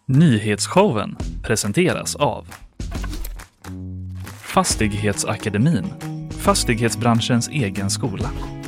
Nyhetsshowen presenteras av Fastighetsakademin, fastighetsbranschens egen skola.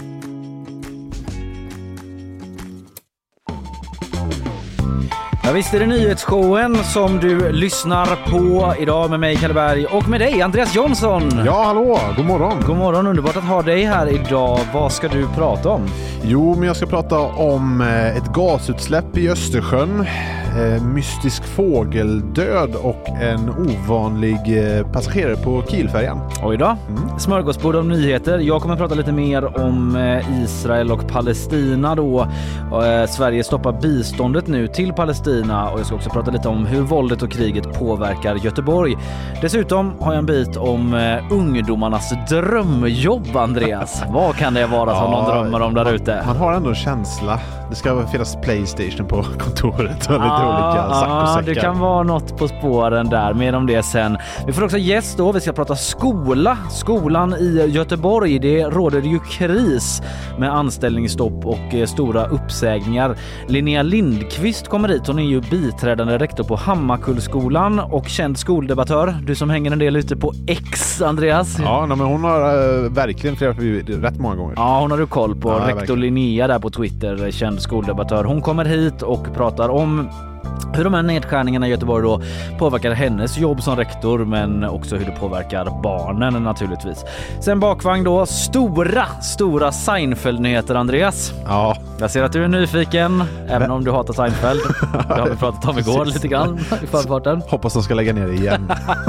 Ja, visst är det nyhetsshowen som du lyssnar på idag med mig, Kalle Berg, och med dig, Andreas Jonsson. Ja, hallå, god morgon. God morgon, underbart att ha dig här idag. Vad ska du prata om? Jo, men jag ska prata om ett gasutsläpp i Östersjön, mystisk fågeldöd och en ovanlig passagerare på Kielfärjan. Och idag, smörgåsbord om nyheter. Jag kommer prata lite mer om Israel och Palestina då. Sverige stoppar biståndet nu till Palestina, och jag ska också prata lite om hur våldet och kriget påverkar Göteborg. Dessutom har jag en bit om ungdomarnas drömjobb, Andreas. Vad kan det vara som någon drömmer om där ute? Man har ändå en känsla. Det ska finnas PlayStation på kontoret och lite olika saccosäckar. Det kan vara något på spåren där. Mer om det sen. Vi får också gäst då. Vi ska prata skola. Skolan i Göteborg. Det råder ju kris med anställningsstopp och stora uppsägningar. Linnea Lindqvist kommer hit. Hon är ju biträdande rektor på Hammarkullskolan och känd skoldebattör. Du som hänger en del ute på X, Andreas. Ja, men hon har verkligen rätt många gånger. Ja, hon har du koll på. Ja, rektor verkligen. Linnea där på Twitter, känd skoldebattör. Hon kommer hit och pratar om hur de här nedskärningarna i Göteborg då påverkar hennes jobb som rektor, men också hur det påverkar barnen naturligtvis. Sen bakvagn då, stora Seinfeld-nyheter, Andreas. Ja. Jag ser att du är nyfiken, även om du hatar Seinfeld. Det har vi pratat om igår lite grann i förfarten. Hoppas de ska lägga ner det igen.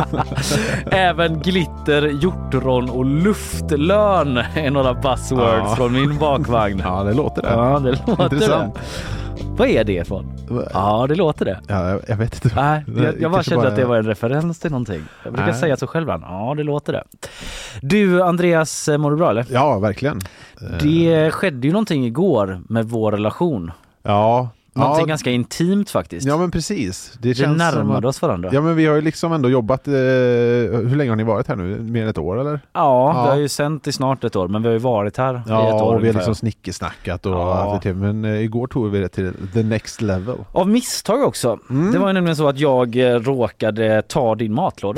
Även glitter, hjortron och luftlön är några buzzwords från min bakvagn. Ja, det låter det. Ja, det låter intressant. det. Vad är det från? Ja, det låter det. Ja, jag vet inte. Nej, jag bara kände att det var en referens. referens till någonting. Jag brukar säga så själv. Ja, det låter det. Du, Andreas, mår du bra eller? Ja, verkligen. Det skedde ju någonting igår med vår relation. Ja. Någonting ganska intimt faktiskt. Ja, men precis. Det känns närmade oss varandra. Ja, men vi har ju liksom ändå jobbat... hur länge har ni varit här nu? Mer än ett år, eller? Ja, vi har ju sänt i snart ett år, men vi har ju varit här i ett år. Ja, och vi har ungefär. liksom snickesnackat och men igår tog vi det till the next level. Av misstag också. Det var ju nämligen så att jag råkade ta din matlåda.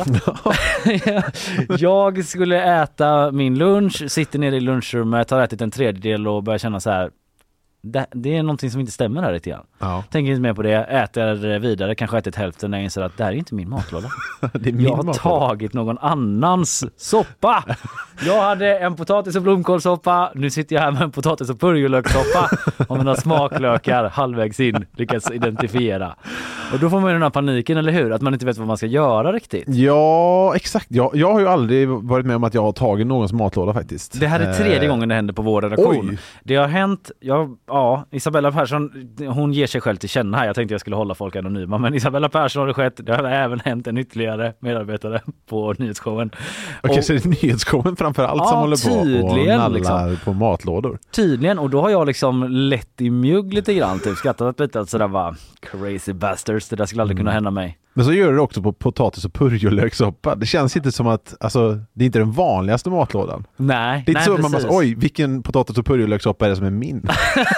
Jag skulle äta min lunch, sitter nere i lunchrummet, har ätit en tredjedel och börjar känna så här: det är någonting som inte stämmer här lite grann. Ja. Tänker inte mer på det, äter vidare, kanske ätit hälften när jag inser att det här är inte min matlåda. Jag har tagit någon annans soppa. Jag hade en potatis- och blomkålssoppa, nu sitter jag här med en potatis- och purjolökssoppa och mina smaklökar halvvägs in lyckas identifiera. Och då får man ju den här paniken, eller hur? Att man inte vet vad man ska göra riktigt. Ja, exakt. Jag har ju aldrig varit med om att jag har tagit någons matlåda faktiskt. Det här är tredje gången det händer på vår redaktion. Oj. Det har hänt, Isabella Persson, hon ger sig själv till känna här. Jag tänkte jag skulle hålla folk anonyma, men Isabella Persson har det skett. Det har även hänt en ytterligare medarbetare på nyhetsshowen. Okej, så det är nyhetsshowen framförallt som håller på och nallar liksom på matlådor. Tydligen, och då har jag liksom lätt i mjugg lite grann, typ skrattat lite att sådär var crazy bastards, det där skulle aldrig kunna hända mig. Men så gör du också på potatis- och purjolökssoppa. Det känns inte som att, alltså, det är inte den vanligaste matlådan. Nej, det är inte så man bara, oj, vilken potatis- och purjolökssoppa är det som är min?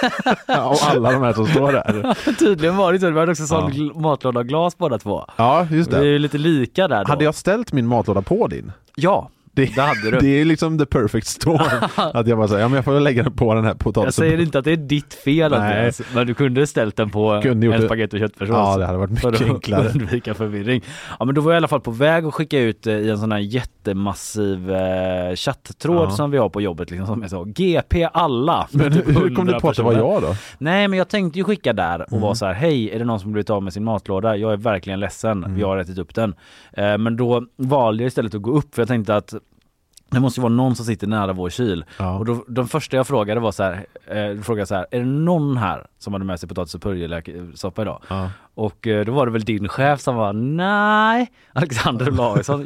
Och alla de här som står där. Tydligen var det så. Vi hade också sån matlåda glas båda två. Ja, just det. Det är ju lite lika där då. Hade jag ställt min matlåda på din? Ja. Det hade du. Det är liksom the perfect storm. Att jag bara säger, men jag får lägga den på den här potatisen. Jag säger inte att det är ditt fel, Andreas, men du kunde ställt den på en spagetti och köttfärssås. Ja, det hade varit mycket enklare. För att undvika förvirring. Ja, men då var jag i alla fall på väg att skicka ut i en sån här jättemassiv chatttråd som vi har på jobbet, liksom, som jag sa, GP alla. Men hur kom du på att det var jag då? Nej, men jag tänkte ju skicka där och vara så här: hej, är det någon som blivit av med sin matlåda? Jag är verkligen ledsen, jag har ätit upp den. Men då valde jag istället att gå upp, för jag tänkte att det måste ju vara någon som sitter nära vår kyl. Ja. Och då, de första jag frågade var så här, är det någon här som hade med sig potatis- och purjolökssoppa idag? Ja. Och då var det väl din chef som var, nej, Alexander Lagesson,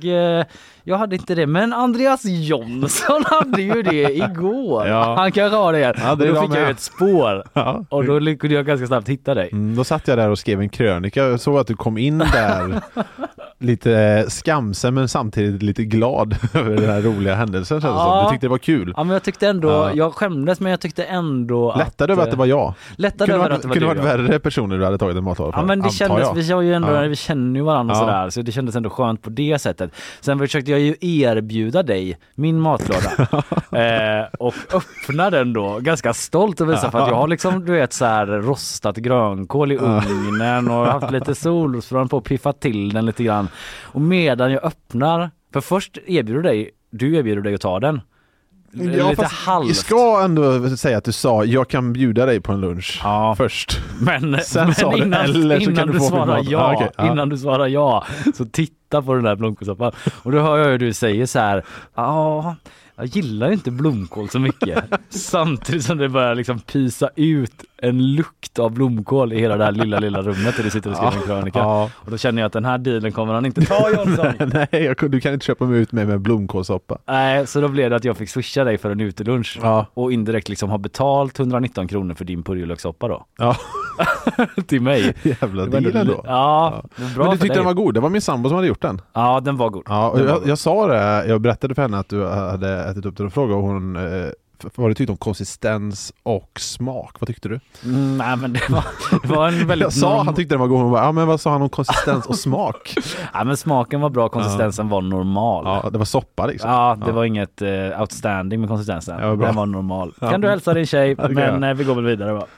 jag hade inte det, men Andreas Jonsson hade ju det igår. Ja. Han kanske har det igen. Ja, det och då fick jag ett spår. Ja. Och då kunde jag ganska snabbt hitta dig. Då satt jag där och skrev en krönika. Jag såg att du kom in där lite skamsen men samtidigt lite glad över den här roliga händelsen. Du tyckte det var kul. Ja, men jag tyckte ändå, jag skämdes men jag tyckte ändå lättade över att det var jag. Lättade över att det var du. Kunde varit värre personer du hade tagit en matlåda för. Ja, men det kändes, vi känner ju varandra sådär, så det kändes ändå skönt på det sättet. Sen försökte jag ju erbjuda dig min matlåda och öppna den då ganska stolt och visa för att jag har liksom, du vet, så här rostat grönkål i ugnen och haft lite solrosfrön på och piffat till den lite grann. Och medan jag öppnar, för först erbjuder du dig att ta den. Lite halvt. Jag ska ändå säga att du sa jag kan bjuda dig på en lunch först. Men innan du svarar ja, innan du svarar ja, så titta på den där blomkålssoppan. Och då hör jag hur du säger så här: jag gillar inte blomkål så mycket. Samtidigt som det börjar liksom pysa ut en lukt av blomkål i hela det här lilla rummet där du sitter och skriver en krönika. Och då känner jag att den här dealen kommer han inte ta, Jonsson. Nej, du kan inte köpa mig ut med blomkålssoppa. Nej, så då blev det att jag fick swisha dig för en utelunch. Och indirekt liksom ha betalt 119 kronor för din purjolökssoppa då. Ja. Till mig. Jävla dealen då. Ja. Men du tyckte den var god. Det var min sambo som hade gjort den. Ja, den var god. Ja, och jag sa det. Jag berättade för henne att du hade ätit upp den och frågade och hon vad du tyckte om konsistens och smak. Vad tyckte du? Nej, men det var en väldigt... Jag sa han tyckte den var god. Hon bara, men vad sa han om konsistens och smak? Ja, men smaken var bra, konsistensen var normal. Ja, det var soppa liksom. Ja, det var inget outstanding med konsistensen. Den var normal. Kan du hälsa din tjej? Men vi går väl vidare va?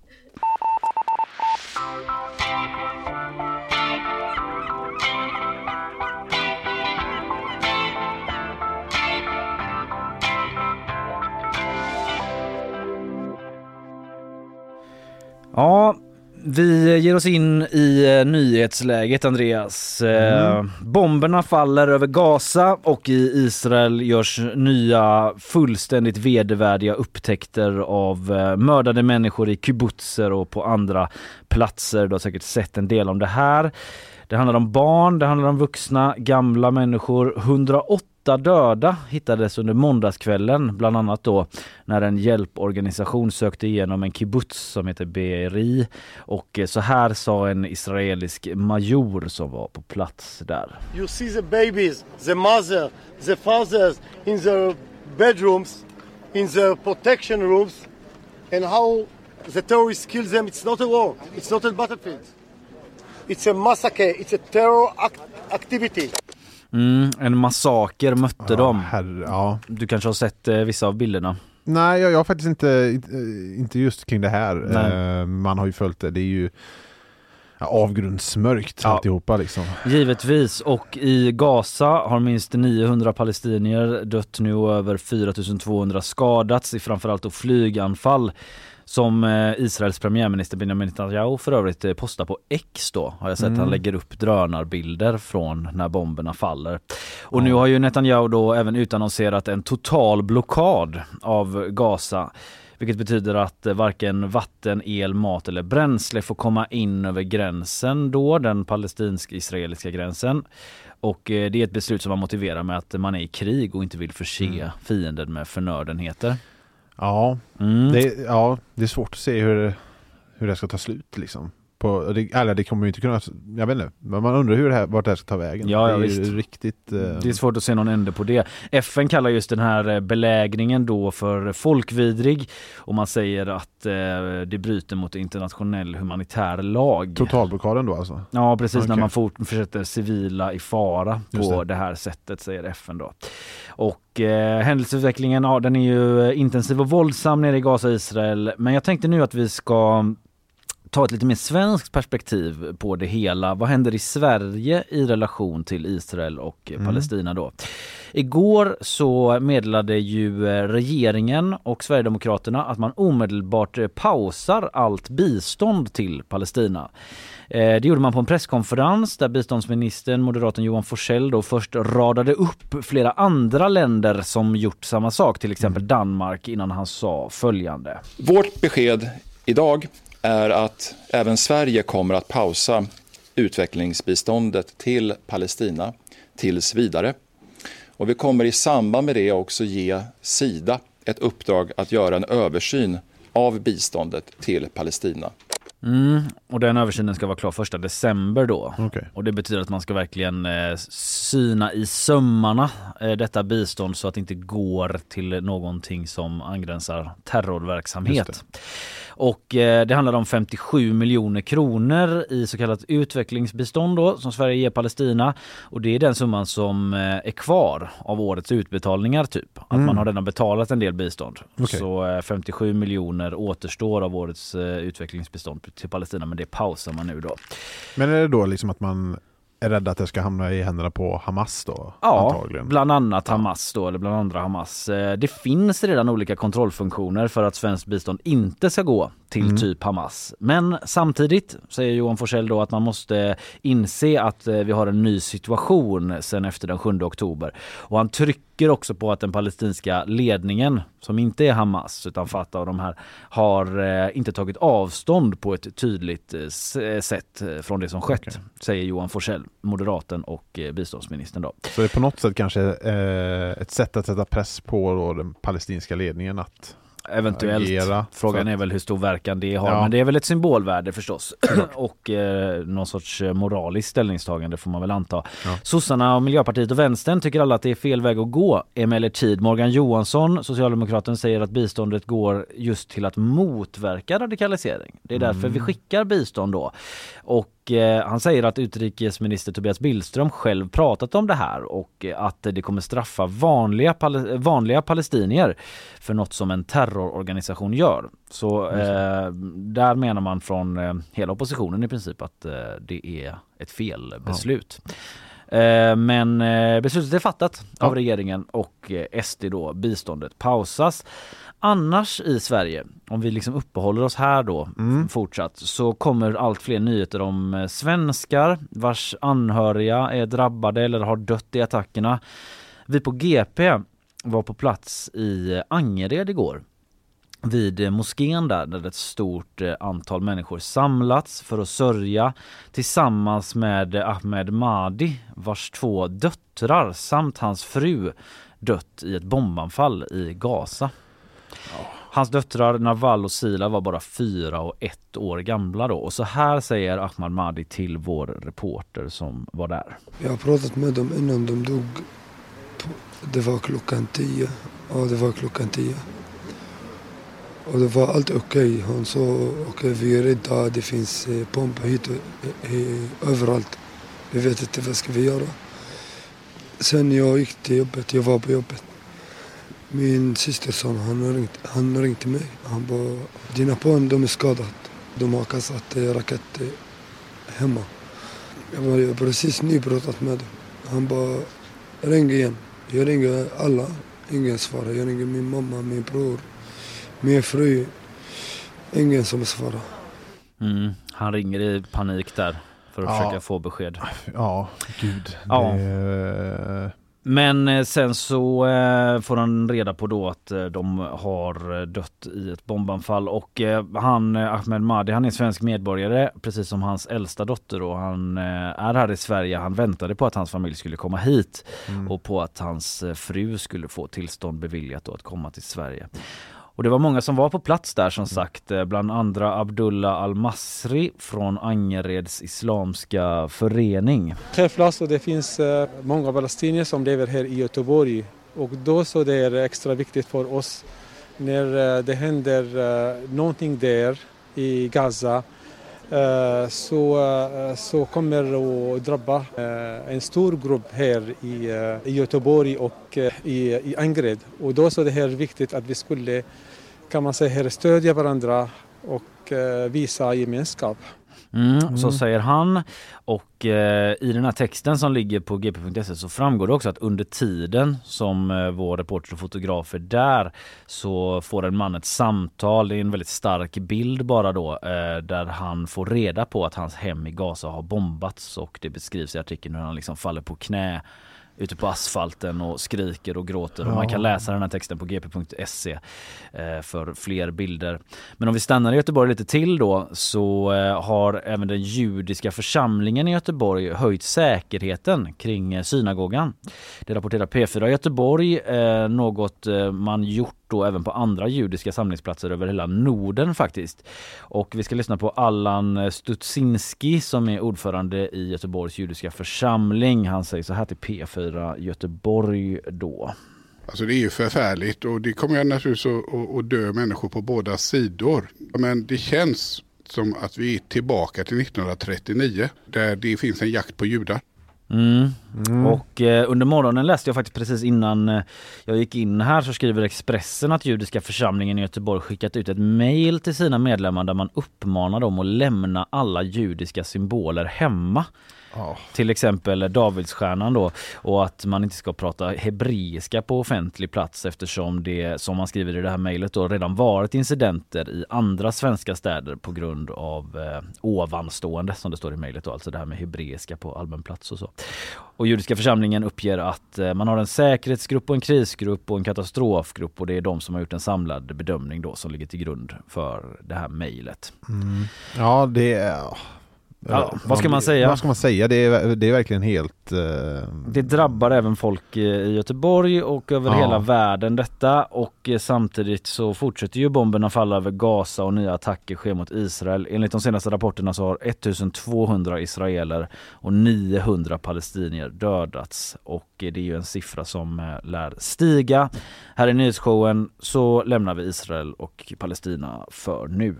Ja, vi ger oss in i nyhetsläget, Andreas. Bomberna faller över Gaza och i Israel görs nya fullständigt vedervärdiga upptäckter av mördade människor i kibbutzer och på andra platser. Du har säkert sett en del om det här. Det handlar om barn, det handlar om vuxna, gamla människor. 108 döda hittades under måndagskvällen, bland annat då när en hjälporganisation sökte igenom en kibbutz som heter Be'eri. Och så här sa en israelisk major som var på plats där. You see the babies, the mother, the fathers in the bedrooms, in the protection rooms, and how the terrorists kill them. It's not a war, it's not a battlefield. It's a massacre, it's a terror activity. En massaker mötte dem. Du kanske har sett vissa av bilderna. Nej, jag har faktiskt inte just kring det här. Man har ju följt det. Det är ju avgrundsmörkt alltihopa liksom. Givetvis, och i Gaza har minst 900 palestinier dött nu och över 4200 skadats i framförallt då flyganfall som Israels premiärminister Benjamin Netanyahu för övrigt postar på X då. Har jag sett han lägger upp drönarbilder från när bomberna faller. Och nu har ju Netanyahu då även utannonserat en total blockad av Gaza. Vilket betyder att varken vatten, el, mat eller bränsle får komma in över gränsen då, den palestinsk-israeliska gränsen. Och det är ett beslut som man motiverar med att man är i krig och inte vill förse fienden med förnödenheter. Ja, det är svårt att se hur det ska ta slut liksom. Det kommer ju inte kunna, jag vet inte, men man undrar vart det här ska ta vägen. Ja, det är visst. Riktigt det är svårt att se någon ände på det. FN kallar just den här belägringen då för folkvidrig och man säger att det bryter mot internationell humanitär lag. Totalblockaden då alltså? Ja, precis, när man fortsätter civila i fara på det här sättet, säger FN då. Och händelseutvecklingen, den är ju intensiv och våldsam nere i Gaza och Israel, men jag tänkte nu att vi ska ta ett lite mer svenskt perspektiv på det hela. Vad händer i Sverige i relation till Israel och Palestina då? Igår så meddelade ju regeringen och Sverigedemokraterna att man omedelbart pausar allt bistånd till Palestina. Det gjorde man på en presskonferens där biståndsministern, moderaten Johan Forssell, då först radade upp flera andra länder som gjort samma sak, till exempel Danmark, innan han sa följande. Vårt besked idag är att även Sverige kommer att pausa utvecklingsbiståndet till Palestina tills vidare. Och vi kommer i samband med det också ge Sida ett uppdrag att göra en översyn av biståndet till Palestina. Och den översynen ska vara klar 1 december då. Okay. Och det betyder att man ska verkligen syna i sömmarna detta bistånd så att det inte går till någonting som angränsar terrorverksamhet. Och det handlar om 57 miljoner kronor i så kallat utvecklingsbistånd då, som Sverige ger Palestina. Och det är den summan som är kvar av årets utbetalningar typ. Att man har redan betalat en del bistånd. Okay. Så 57 miljoner återstår av årets utvecklingsbistånd till Palestina, men det pausar man nu då. Men är det då liksom att man är rädd att det ska hamna i händerna på Hamas då? Ja, antagligen. Bland annat Hamas då, eller bland andra Hamas. Det finns redan olika kontrollfunktioner för att svenskt bistånd inte ska gå till typ Hamas. Men samtidigt säger Johan Forssell då att man måste inse att vi har en ny situation sen efter den 7 oktober. Och han trycker också på att den palestinska ledningen, som inte är Hamas utan Fatah och de här, har inte tagit avstånd på ett tydligt sätt från det som skett, säger Johan Forssell, moderaten och biståndsministern då. Så det är på något sätt kanske ett sätt att sätta press på då den palestinska ledningen att eventuellt agera. Frågan är väl hur stor verkan det har, men det är väl ett symbolvärde förstås. Och någon sorts moraliskt ställningstagande får man väl anta. Sossarna och Miljöpartiet och Vänstern tycker alla att det är fel väg att gå. Emellertid Morgan Johansson, socialdemokraten, säger att biståndet går just till att motverka radikalisering. Det är därför vi skickar bistånd då. Och han säger att utrikesminister Tobias Billström själv pratat om det här och att det kommer straffa vanliga palestinier för något som en terrororganisation gör. Så där menar man från hela oppositionen i princip att det är ett fel beslut. Men beslutet är fattat av regeringen och SD då, biståndet pausas. Annars i Sverige, om vi liksom uppehåller oss här då fortsatt, så kommer allt fler nyheter om svenskar vars anhöriga är drabbade eller har dött i attackerna. Vi på GP var på plats i Angered igår vid moskén där ett stort antal människor samlats för att sörja tillsammans med Ahmed Mahdi, vars 2 döttrar samt hans fru dött i ett bombanfall i Gaza. Hans döttrar Nawal och Sila var bara 4 och 1 år gamla då. Och så här säger Ahmed Mahdi till vår reporter som var där. Jag har pratat med dem innan de dog. Det var klockan 10. Ja, det var klockan 10. Och det var allt okej. Hon sa okej, vi är rädda. Det finns bomber hit och överallt. Vi vet inte vad ska vi göra. Sen jag gick till jobbet. Jag var på jobbet. Min systerson, han ringde mig. Han bara, dina barn, de är skadade. De har kastat raketer hemma. Jag har precis nypratat med dem. Han bara, ring igen. Jag ringer alla. Ingen svarar. Jag ringer min mamma, min bror, min fru. Ingen som svarar. Han ringer i panik där för att försöka få besked. Ja, gud. Ja. Men sen så får han reda på då att de har dött i ett bombanfall och han, Ahmed Mahdi, han är svensk medborgare precis som hans äldsta dotter och han är här i Sverige. Han väntade på att hans familj skulle komma hit och på att hans fru skulle få tillstånd beviljat då att komma till Sverige. Och det var många som var på plats där som sagt, bland andra Abdullah Al-Masri från Angereds islamska förening. Självklart så det finns många palestinier som lever här i Göteborg och då så det är extra viktigt för oss när det händer någonting där i Gaza så kommer det att drabba en stor grupp här i Göteborg och i Angered. Och då så det här viktigt att vi skulle, kan man säga, här stödja varandra och visa gemenskap. Så säger han och i den här texten som ligger på gp.se så framgår det också att under tiden som vår reporter och fotografer där så får en man ett samtal, det är en väldigt stark bild bara då där han får reda på att hans hem i Gaza har bombats och det beskrivs i artikeln hur han liksom faller på knä ute på asfalten och skriker och gråter. Och man kan läsa den här texten på gp.se för fler bilder. Men om vi stannar i Göteborg lite till då så har även den judiska församlingen i Göteborg höjt säkerheten kring synagogan. Det rapporterar P4 Göteborg, något man gjort då även på andra judiska samlingsplatser över hela Norden faktiskt. Och vi ska lyssna på Allan Stutzinski som är ordförande i Göteborgs judiska församling. Han säger så här till P4 Göteborg då. Alltså det är ju förfärligt och det kommer jag naturligtvis att dö människor på båda sidor. Men det känns som att vi är tillbaka till 1939 där det finns en jakt på judar. Och under morgonen läste jag faktiskt precis innan jag gick in här så skriver Expressen att judiska församlingen i Göteborg skickat ut ett mejl till sina medlemmar där man uppmanar dem att lämna alla judiska symboler hemma. Till exempel Davidsstjärnan då, och att man inte ska prata hebreiska på offentlig plats eftersom det, som man skriver i det här mejlet då, redan varit incidenter i andra svenska städer på grund av ovanstående som det står i mejlet då, alltså det här med hebreiska på allmän plats och så. Och judiska församlingen uppger att man har en säkerhetsgrupp och en krisgrupp och en katastrofgrupp och det är de som har gjort en samlad bedömning då som ligger till grund för det här mejlet. Ja, det är... Ja, vad ska man säga? Vad ska man säga? Det är verkligen helt... Det drabbar även folk i Göteborg och över hela världen detta. Och samtidigt så fortsätter ju bomberna falla över Gaza och nya attacker sker mot Israel. Enligt de senaste rapporterna så har 1200 israeler och 900 palestinier dödats. Och det är ju en siffra som lär stiga. Här i nyhetsshowen så lämnar vi Israel och Palestina för nu.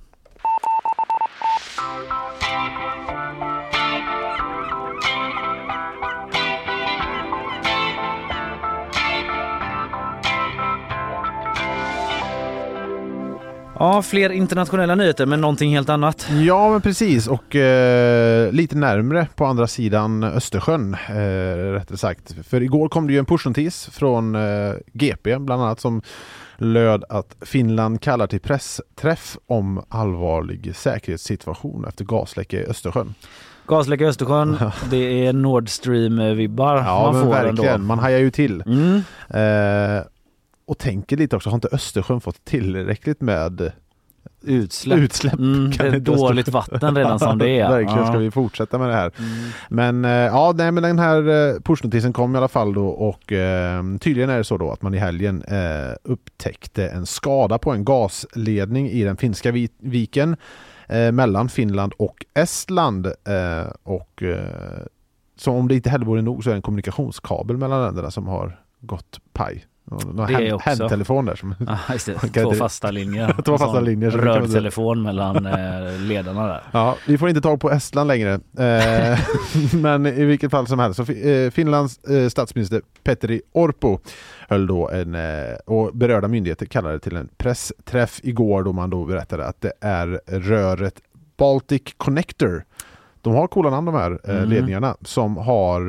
Ja, fler internationella nyheter men någonting helt annat. Ja, men precis. Och lite närmre på andra sidan Östersjön, rättare sagt. För igår kom det ju en pushnotis från GP bland annat som löd att Finland kallar till pressträff om allvarlig säkerhetssituation efter gasläcka i Östersjön. Gasläcka i Östersjön, det är Nord Stream-vibbar man får verkligen. Ändå. Man hajar ju till. Och tänker lite också, har inte Östersjön fått tillräckligt med utsläpp? Det är dåligt vatten redan som det är. Verkligen, ska vi fortsätta med det här. Men men den här pushnotisen kom i alla fall då och tydligen är det så då att man i helgen upptäckte en skada på en gasledning i den finska viken mellan Finland och Estland och så om det inte heller vore nog så är det en kommunikationskabel mellan länderna som har gått paj. Hemtelefon där som just det, två fasta linjer. Två fasta linjer. Röd telefon mellan ledarna där. Ja, vi får inte tag på Estland längre. Men i vilket fall som helst så Finlands statsminister Petteri Orpo höll då och berörda myndigheter kallade till en pressträff igår då man då berättade att det är röret Baltic Connector. De har coola namn de här ledningarna som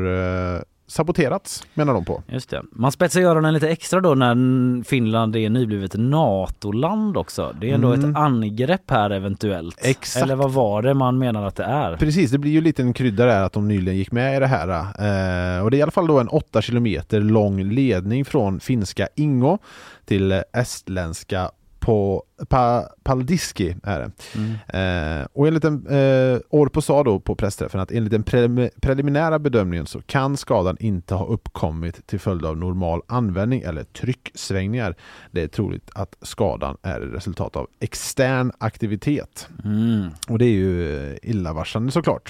har saboterats, menar de på. Just det. Man spetsar öronen lite extra då när Finland är nyblivet NATO-land också. Det är ändå ett angrepp här eventuellt. Exakt. Eller vad var det man menar att det är? Precis, det blir ju lite en krydda där att de nyligen gick med i det här. Och det är i alla fall då en 8 kilometer lång ledning från finska Ingo till estländska på Paldiski är det. Och enligt Orpo sa då på pressträffen att enligt den preliminära bedömningen så kan skadan inte ha uppkommit till följd av normal användning eller trycksvängningar. Det är troligt att skadan är resultat av extern aktivitet. Och det är ju illavarslande såklart.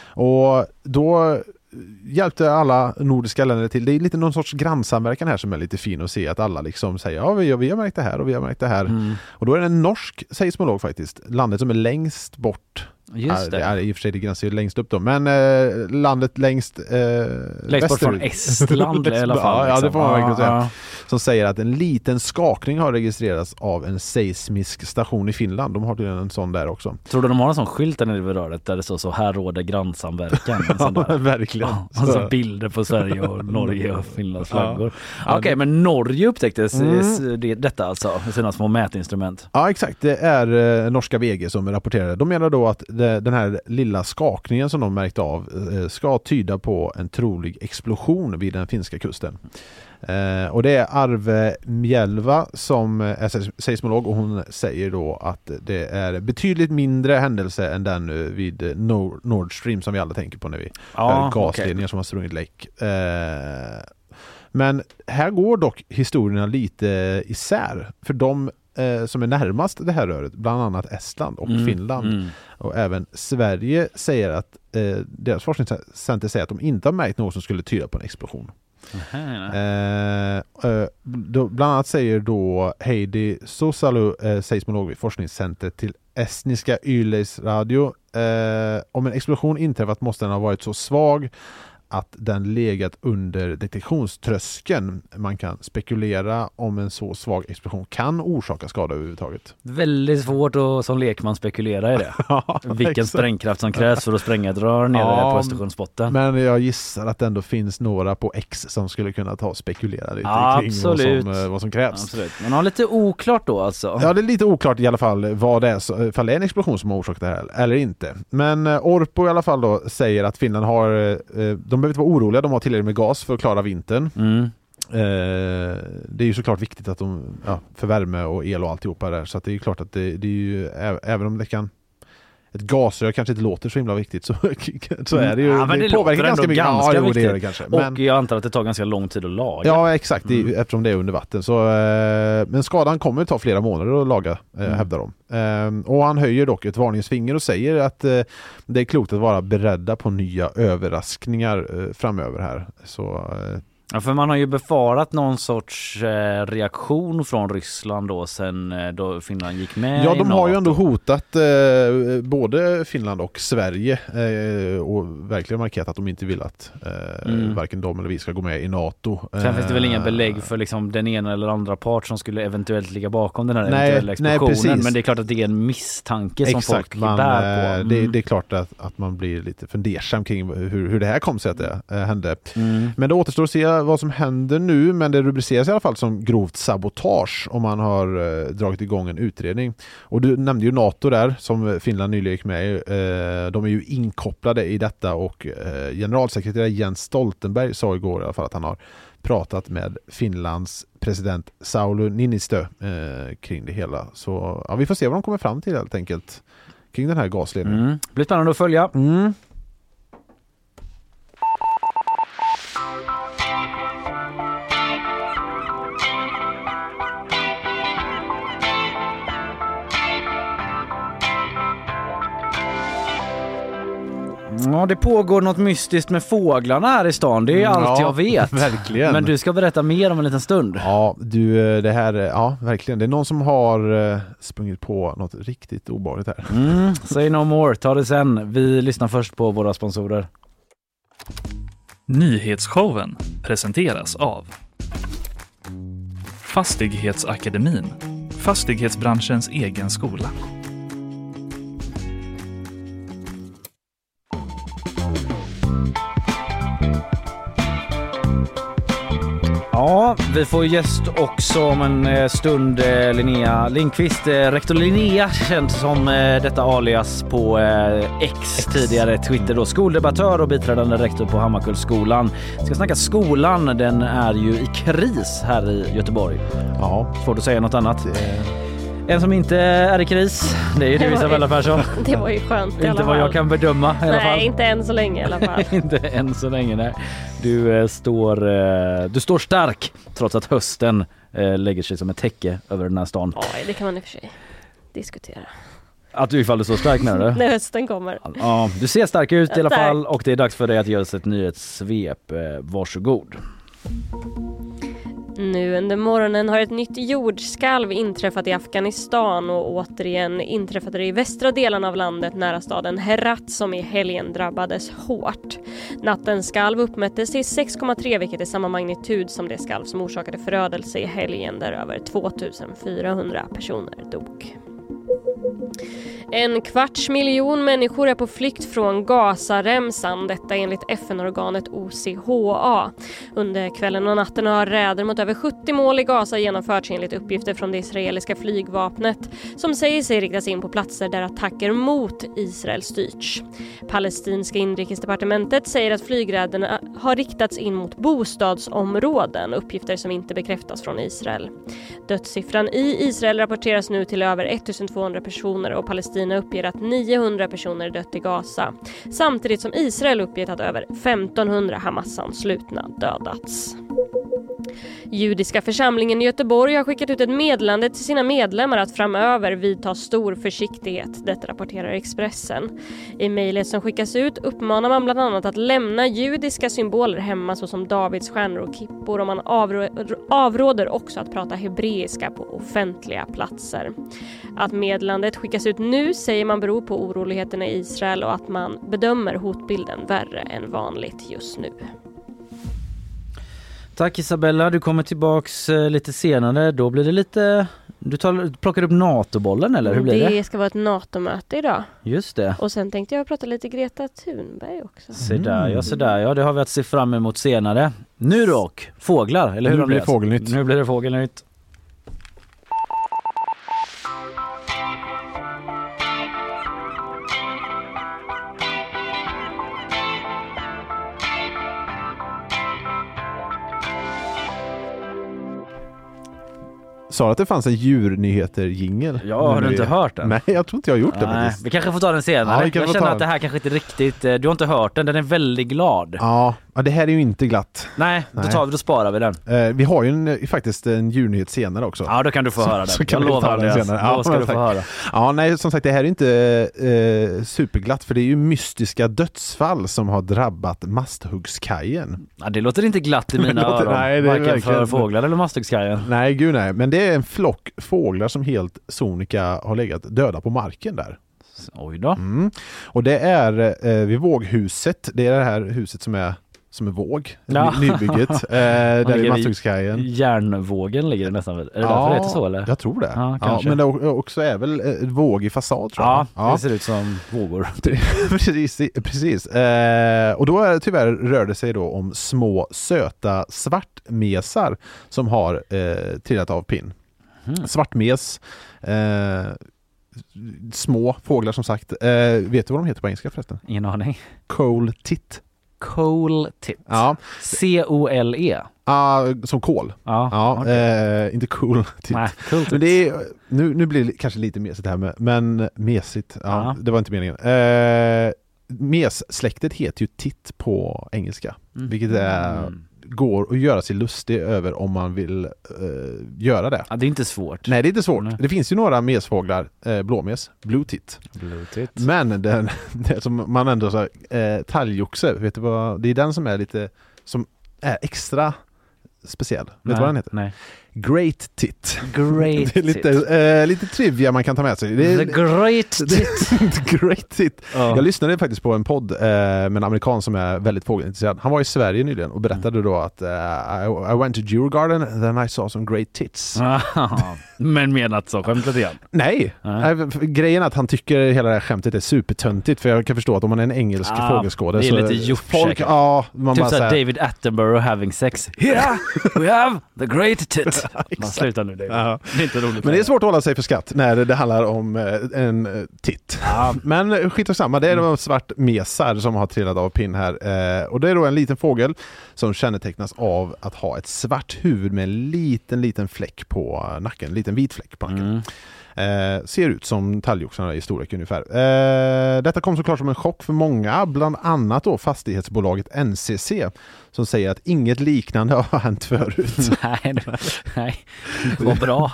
Och då hjälpte alla nordiska länder till. Det är lite någon sorts grannsamverkan här som är lite fin att se att alla liksom säger ja vi har märkt det här och vi har märkt det här. Och då är det en norsk seismolog faktiskt. Landet som är längst bort. Just det. Det är i och för sig det gränsar ju längst upp då. Men landet längst bort från Estland i alla fall. Ja, det får man verkligen säga. Som säger att en liten skakning har registrerats av en seismisk station i Finland. De har tydligen en sån där också. Tror du de har en sån skylt där nere vid röret där det står så här råder grannsamverkan? Ja, verkligen. Och så bilder på Sverige och Norge och Finlands flaggor. Okej, men Norge upptäcktes detta alltså med sina små mätinstrument. Ja, exakt. Det är norska VG som rapporterade. De menar då att den här lilla skakningen som de märkt av ska tyda på en trolig explosion vid den finska kusten. Och det är Arve Mjelva som är seismolog och hon säger då att det är betydligt mindre händelse än den vid Nord Stream som vi alla tänker på när vi gasledningar som har sprungit läck. Men här går dock historierna lite isär. För de som är närmast det här röret, bland annat Estland och Finland och även Sverige, säger att deras forskningscenter säger att de inte har märkt något som skulle tyda på en explosion. Bland annat säger då Heidi Sosalu, seismolog vid forskningscentret till estniska Yleisradio, om en explosion inträffat måste den ha varit så svag att den legat under detektionströskeln. Man kan spekulera om en så svag explosion kan orsaka skada överhuvudtaget. Väldigt svårt att som lekman spekulera i det. Vilken sprängkraft som krävs för att spränga ett rör nere på Östersjönsbotten. Men jag gissar att det ändå finns några på X som skulle kunna ta och spekulera lite kring vad som krävs. Absolut. Men har lite oklart då alltså. Ja, det är lite oklart i alla fall vad det är, ifall det är en explosion som har orsakat det här eller inte. Men Orpo i alla fall då säger att Finland har de behöver inte vara oroliga, de har tillräckligt med gas för att klara vintern. Det är ju såklart viktigt att de för värme och el och alltihopa där, så att det är ju klart att det är ju, även om det kan ett gasrör kanske inte låter så himla viktigt så är det ju det påverkar ganska mycket. Ganska viktigt. Det gör det kanske. Men, och jag antar att det tar ganska lång tid att laga. Ja, exakt, eftersom det är under vatten. Så, men skadan kommer att ta flera månader att laga, hävdar de. Och han höjer dock ett varningsfinger och säger att det är klokt att vara beredda på nya överraskningar framöver här. Så... Ja, för man har ju befarat någon sorts reaktion från Ryssland då sen då Finland gick med. Ja, de har ju ändå hotat både Finland och Sverige och verkligen markerat att de inte vill att varken de eller vi ska gå med i NATO. Sen finns det väl inga belägg för liksom den ena eller andra part som skulle eventuellt ligga bakom den här eventuella explosionen. Men det är klart att det är en misstanke som folk bär på. Det är klart att man blir lite fundersam kring hur det här kom sig att det hände. Men det återstår att se vad som händer nu, men det rubriceras i alla fall som grovt sabotage om man har dragit igång en utredning. Och du nämnde ju NATO där, som Finland nyligen gick med i. De är ju inkopplade i detta och generalsekreterare Jens Stoltenberg sa igår i alla fall att han har pratat med Finlands president Sauli Niinistö kring det hela. Så vi får se vad de kommer fram till helt enkelt kring den här gasledningen. Blir spännande att följa. Ja, det pågår något mystiskt med fåglarna här i stan. Det är allt jag vet. Verkligen. Men du ska berätta mer om en liten stund. Ja, det här, verkligen. Det är någon som har sprungit på något riktigt obehagligt här. Say no more, ta det sen. Vi lyssnar först på våra sponsorer. Nyhetsshowen presenteras av Fastighetsakademin, fastighetsbranschens egen skola. Ja, vi får gäst också om en stund, Linnea Lindqvist. Rektor Linnea, känd som detta alias på X, tidigare Twitter då, skoldebattör och biträdande rektor på Hammarkullsskolan. Ska snacka skolan, den är ju i kris här i Göteborg. Ja, svårt att säga något annat. En som inte är i kris, det är ju du, Isabella Persson. Det var ju skönt i alla fall. Inte vad jag kan bedöma i alla fall. Nej, inte än så länge i alla fall. Inte än så länge, nej. Du står stark trots att hösten lägger sig som ett täcke över den här stan. Ja, det kan man i och för sig diskutera. Att du ifall du står stark med det? När hösten kommer. Ja, du ser stark ut i alla fall och det är dags för dig att göra ett nyhetssvep. Varsågod. Nu under morgonen har ett nytt jordskalv inträffat i Afghanistan och återigen inträffade det i västra delarna av landet nära staden Herat som i helgen drabbades hårt. Nattens skalv uppmättes till 6,3 vilket är samma magnitud som det skalv som orsakade förödelse i helgen där över 2400 personer dog. 250 000 människor är på flykt från Gazaremsan, detta enligt FN-organet OCHA. Under kvällen och natten har räder mot över 70 mål i Gaza genomförts enligt uppgifter från det israeliska flygvapnet som säger sig riktas in på platser där attacker mot Israel styrts. Palestinska inrikesdepartementet säger att flygräderna har riktats in mot bostadsområden, uppgifter som inte bekräftas från Israel. Dödssiffran i Israel rapporteras nu till över 1200 personer och Palestina uppger att 900 personer dött i Gaza. Samtidigt som Israel uppger att över 1500 Hamas-anslutna dödats. Judiska församlingen i Göteborg har skickat ut ett meddelande till sina medlemmar att framöver vidta stor försiktighet. Detta rapporterar Expressen. I mejlet som skickas ut uppmanar man bland annat att lämna judiska symboler hemma såsom Davids stjärnor och kippor, och man avråder också att prata hebreiska på offentliga platser. Att meddelandet skickas ut nu säger man beror på oroligheterna i Israel och att man bedömer hotbilden värre än vanligt just nu. Tack Isabella, du kommer tillbaks lite senare. Då blir det lite... Du plockar upp NATO-bollen eller hur blir det? Det ska vara ett NATO-möte idag. Just det. Och sen tänkte jag prata lite Greta Thunberg också. Så där. Ja, det har vi att se fram emot senare. Nu dock, fåglar, eller hur? Nu blir det fågelnytt. Nu blir det fågelnytt. Sa att det fanns en djurnyheter-jingel? Ja, har du inte hört den? Nej, jag tror inte jag har gjort det faktiskt. Vi kanske får ta den senare. Ja, jag känner att det här kanske inte riktigt... Du har inte hört den, den är väldigt glad. Ja, det här är ju inte glatt. Nej, då sparar vi den. Vi har ju faktiskt en djurnyhet senare också. Ja, då kan du få höra den. Så kan jag lovar den senare. Då ska du få höra. Ja, nej, som sagt, det här är inte superglatt, för det är ju mystiska dödsfall som har drabbat Masthuggskajen. Ja, det låter inte glatt i mina öron. Nej, det varken för fåglar eller Masthuggskajen. Nej, gud nej. Men det är en flock fåglar som helt sonika har legat döda på marken där. Oj då. Och det är vid Våghuset. Det är det här huset som är våg. Ja. Nybygget. Där i Masthuggskajen. Järnvågen ligger det nästan. Är det därför det heter så eller? Jag tror det. Ja, men det också är väl våg i fasad, tror jag. Ja, det ser ut som vågor. Precis. Och då är det tyvärr rör det sig då om små söta svartmesar som har trillat av pinn. Svartmes, små fåglar som sagt. Vet du vad de heter på engelska förresten? Ingen aning. Coal tit. Coal tit. Ja. C-O-L-E. Som kol. Ja, okay. Inte cool tit. Nej, cool tit. Men det är, nu blir det kanske lite mesigt här men mesigt. Ja, det var inte meningen. Mes-släktet heter ju tit på engelska. Vilket går att göra sig lustig över om man vill göra det. Ja, det är inte svårt. Nej, det är inte svårt. Det finns ju några mesfåglar, blåmes, blue tit. Men den som man ändå så talgoxe, vet du vad? Det är den som är lite som är extra speciell. Vet du vad den heter? Nej. Great tit. Great det är lite trivia man kan ta med sig. Det är, The great tit. Great tit. Jag lyssnade faktiskt på en podd med en amerikan som är väldigt fågelintresserad. Han var i Sverige nyligen och berättade då att I went to Djurgården and then I saw some great tits. Men menat så skämtet igen? Nej. Grejen är att han tycker hela det här skämtet är supertöntigt, för jag kan förstå att om man är en engelsk fågelskådare så... Det är lite folk, man typ bara såhär David Attenborough having sex. Here we have the great tit. Man slutar nu, David. Det är inte roligt. Men det är svårt att hålla sig för skatt när det handlar om en titt. Men skit och samma, det är de svartmesar som har trillat av pinn här. Och det är då en liten fågel som kännetecknas av att ha ett svart huvud med en liten fläck på nacken. En liten vit fläck på nacken. Ser ut som talgoxarna i storlek ungefär. Detta kom såklart som en chock för många, bland annat då fastighetsbolaget NCC, som säger att inget liknande har hänt förut. Nej, vad bra.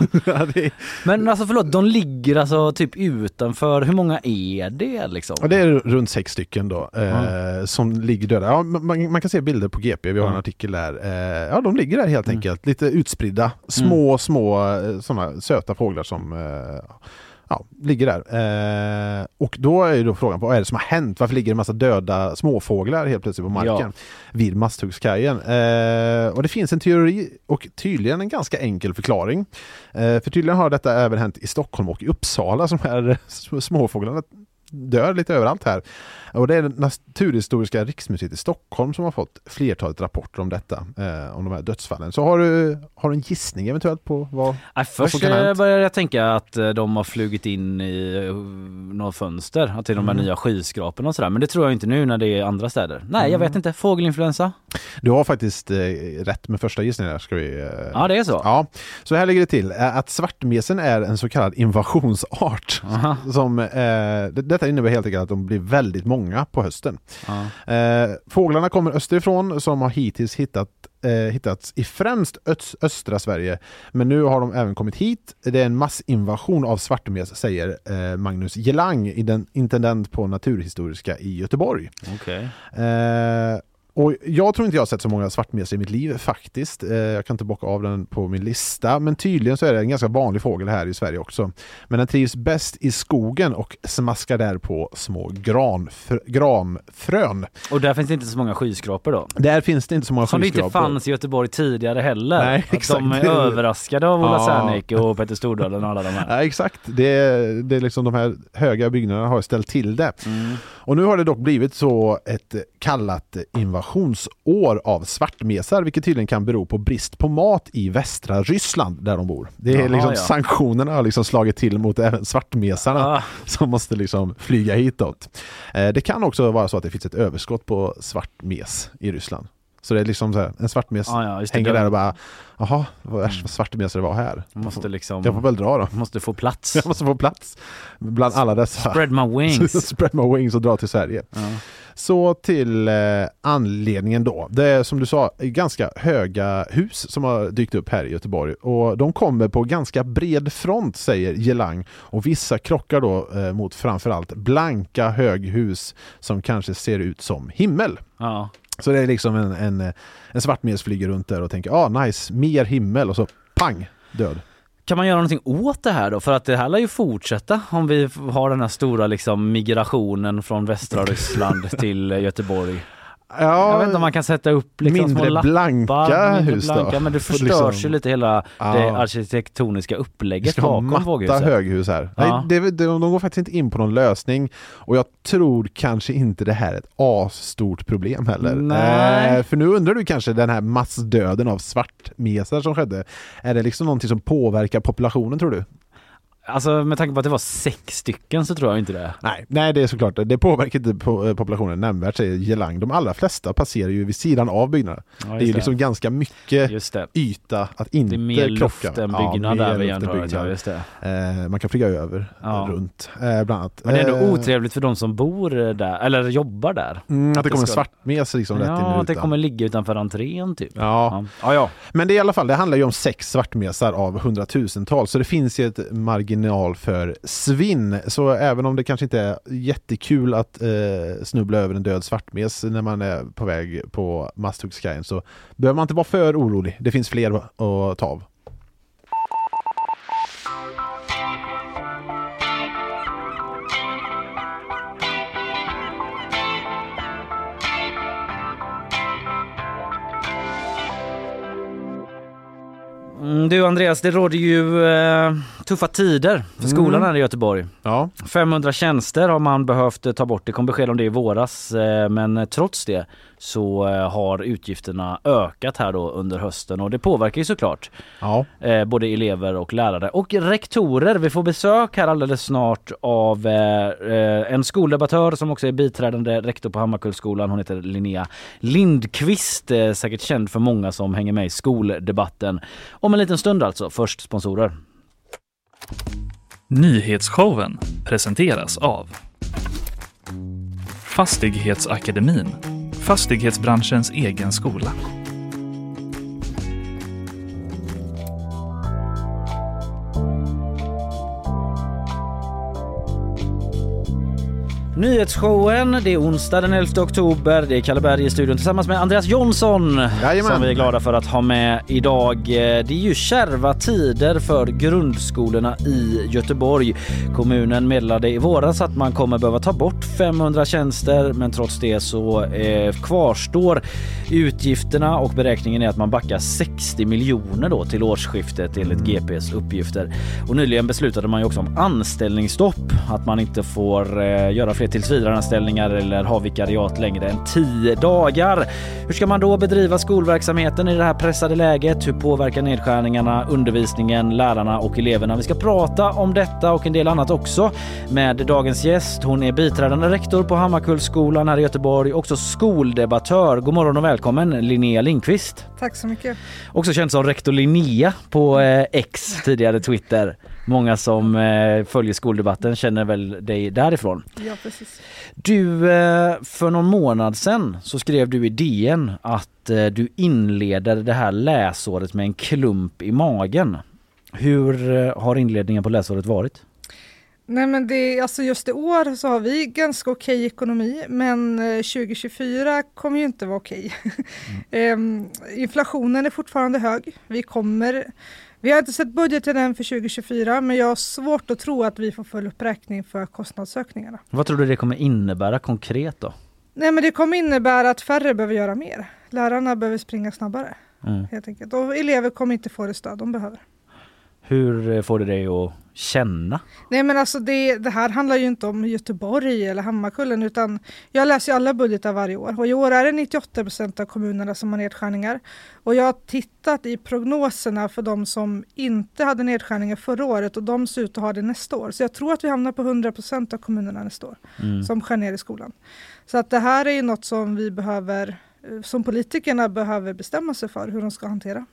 Men alltså förlåt, de ligger alltså typ utanför, hur många är det liksom? Och det är runt 6 stycken då som ligger döda. Ja, man kan se bilder på GP, vi har en artikel där. De ligger där helt enkelt, lite utspridda, små sådana söta fåglar som ligger där. Och då är ju då frågan på vad är det som har hänt? Varför ligger det en massa döda småfåglar helt plötsligt på marken vid Masthuggskajen? Och det finns en teori och tydligen en ganska enkel förklaring. För tydligen har detta även hänt i Stockholm och i Uppsala, som här småfåglarna dör lite överallt här. Och det är Naturhistoriska riksmuseet i Stockholm som har fått flertalet rapporter om detta, om de här dödsfallen. Så har du en gissning eventuellt på vad först som kan hända? Började jag tänka att de har flugit in i något fönster, att det är de här nya skyskraporna och sådär. Men det tror jag inte nu när det är andra städer. Nej, jag vet inte. Fågelinfluensa? Du har faktiskt ret med första gissningen. Ja, det är så. Ja, så här ligger det till. Att svartmesen är en så kallad invasionsart. Som, detta detta innebär helt enkelt att de blir väldigt många på hösten. Fåglarna kommer österifrån som har hittills hittats i främst östra Sverige, men nu har de även kommit hit. Det är en massinvasion av svartmes, säger Magnus Gelang, intendent på Naturhistoriska i Göteborg. Okej. Och jag tror inte jag har sett så många svartmes i mitt liv faktiskt. Jag kan inte bocka av den på min lista, men tydligen så är det en ganska vanlig fågel här i Sverige också. Men den trivs bäst i skogen och smaskar där på små granfrön. Och där finns det inte så många skyskrapor då? Där finns det inte så många som skyskrapor. Som det inte fanns i Göteborg tidigare heller. Nej, exakt. De är överraskade av Ola Särnicke och Petter Stordalen och alla de här. Ja, exakt. Det är liksom de här höga byggnaderna har ställt till det. Och nu har det dock blivit så ett kallat invasionsår av svartmesar, vilket tydligen kan bero på brist på mat i västra Ryssland där de bor. Det är liksom sanktionerna har liksom slagit till mot även svartmesarna som måste liksom flyga hitåt. Det kan också vara så att det finns ett överskott på svartmes i Ryssland. Så det är liksom så här, en svartmes hänger där och bara, jaha, vad svartmesar det var här. Jag får väl dra då. Måste få plats. Jag måste få plats bland alla dessa. Spread my wings. Spread my wings och dra till Sverige. Så till anledningen då. Det är som du sa ganska höga hus som har dykt upp här i Göteborg. Och de kommer på ganska bred front, säger Gelang. Och vissa krockar då mot framförallt blanka höghus som kanske ser ut som himmel. Ja. Så det är liksom en svartmes flyger runt där och tänker, nice, mer himmel, och så pang, död. Kan man göra någonting åt det här då? För att det här lär ju fortsätta om vi har den här stora liksom migrationen från västra Ryssland till Göteborg. Ja, jag vet inte om man kan sätta upp liksom mindre små blanka hus då. Men det förstörs ju lite hela det arkitektoniska upplägget bakom våghuset. Höghus här. Ja. Nej, de går faktiskt inte in på någon lösning, och jag tror kanske inte det här är ett asstort problem heller. För nu undrar du kanske, den här massdöden av svartmesar som skedde, är det liksom någonting som påverkar populationen, tror du? Alltså med tanke på att det var 6 stycken så tror jag inte det. Nej, det är såklart. Det påverkar inte populationen nämnvärt, säger Gelang. De allra flesta passerar ju vid sidan av byggnader. Det är ju liksom ganska mycket yta att inte krocka. Det är mer luft än byggnad där vi ändå. Just det. Man kan flyga över runt bland annat. Men det är ändå otrevligt för de som bor där eller jobbar där. Att det kommer svartmes liksom rätt in i rutan. Att det kommer ligga utanför entrén typ. Ja. Men det i alla fall, det handlar ju om 6 svartmesar av 100,000-tal, så det finns ju ett marginal för svinn. Så även om det kanske inte är jättekul att snubbla över en död svartmes när man är på väg på Masthuggskajen, så behöver man inte vara för orolig. Det finns fler att ta av. Du Andreas, det råder ju tuffa tider för skolan här i Göteborg. 500 tjänster har man behövt ta bort. Det kom besked om det i våras, men trots det så har utgifterna ökat här då under hösten, och det påverkar ju såklart både elever och lärare och rektorer. Vi får besök här alldeles snart av en skoldebattör som också är biträdande rektor på Hammarkullsskolan. Hon heter Linnea Lindqvist, säkert känd för många som hänger med i skoldebatten. Om en liten stund alltså. Först sponsorer. Nyhetsshowen presenteras av Fastighetsakademin, fastighetsbranschens egen skola. Nyhetsshowen, det är onsdag den 11 oktober. Det är Kalle Berg i studion tillsammans med Andreas Jonsson. Jajamän. Som vi är glada för att ha med idag. Det är ju kärva tider för grundskolorna i Göteborg. Kommunen meddelade i våras att man kommer behöva ta bort 500 tjänster, men trots det så kvarstår utgifterna, och beräkningen är att man backar 60 miljoner då till årsskiftet enligt GPs uppgifter. Och nyligen beslutade man ju också om anställningsstopp, att man inte får göra fler tillsvidareanställningar eller ha vikariat längre än 10 dagar. Hur ska man då bedriva skolverksamheten i det här pressade läget? Hur påverkar nedskärningarna undervisningen, lärarna och eleverna? Vi ska prata om detta och en del annat också med dagens gäst. Hon är biträdande rektor på Hammarkullsskolan här i Göteborg, också skoldebattör. God morgon och välkommen Linnea Lindqvist. Tack så mycket. Också känd som rektor Linnea på X, tidigare Twitter. Många som följer skoldebatten känner väl dig därifrån. Ja, precis. Du, för någon månad sedan så skrev du i DN att du inleder det här läsåret med en klump i magen. Hur har inledningen på läsåret varit? Nej, men alltså just i år så har vi ganska okej ekonomi, men 2024 kommer ju inte vara okej. Inflationen är fortfarande hög. Vi har inte sett budgeten än för 2024, men jag har svårt att tro att vi får full uppräkning för kostnadsökningarna. Vad tror du det kommer innebära konkret då? Nej, men det kommer innebära att färre behöver göra mer. Lärarna behöver springa snabbare, helt enkelt. Och elever kommer inte få det stöd de behöver. Hur får det dig att känna? Nej, men alltså det här handlar ju inte om Göteborg eller Hammarkullen, utan jag läser ju alla budgetar varje år. Och i år är det 98% av kommunerna som har nedskärningar. Och jag har tittat i prognoserna för de som inte hade nedskärningar förra året, och de ser ut att ha det nästa år. Så jag tror att vi hamnar på 100% av kommunerna nästa år som skär ner i skolan. Så att det här är ju något som vi behöver, som politikerna behöver bestämma sig för hur de ska hantera.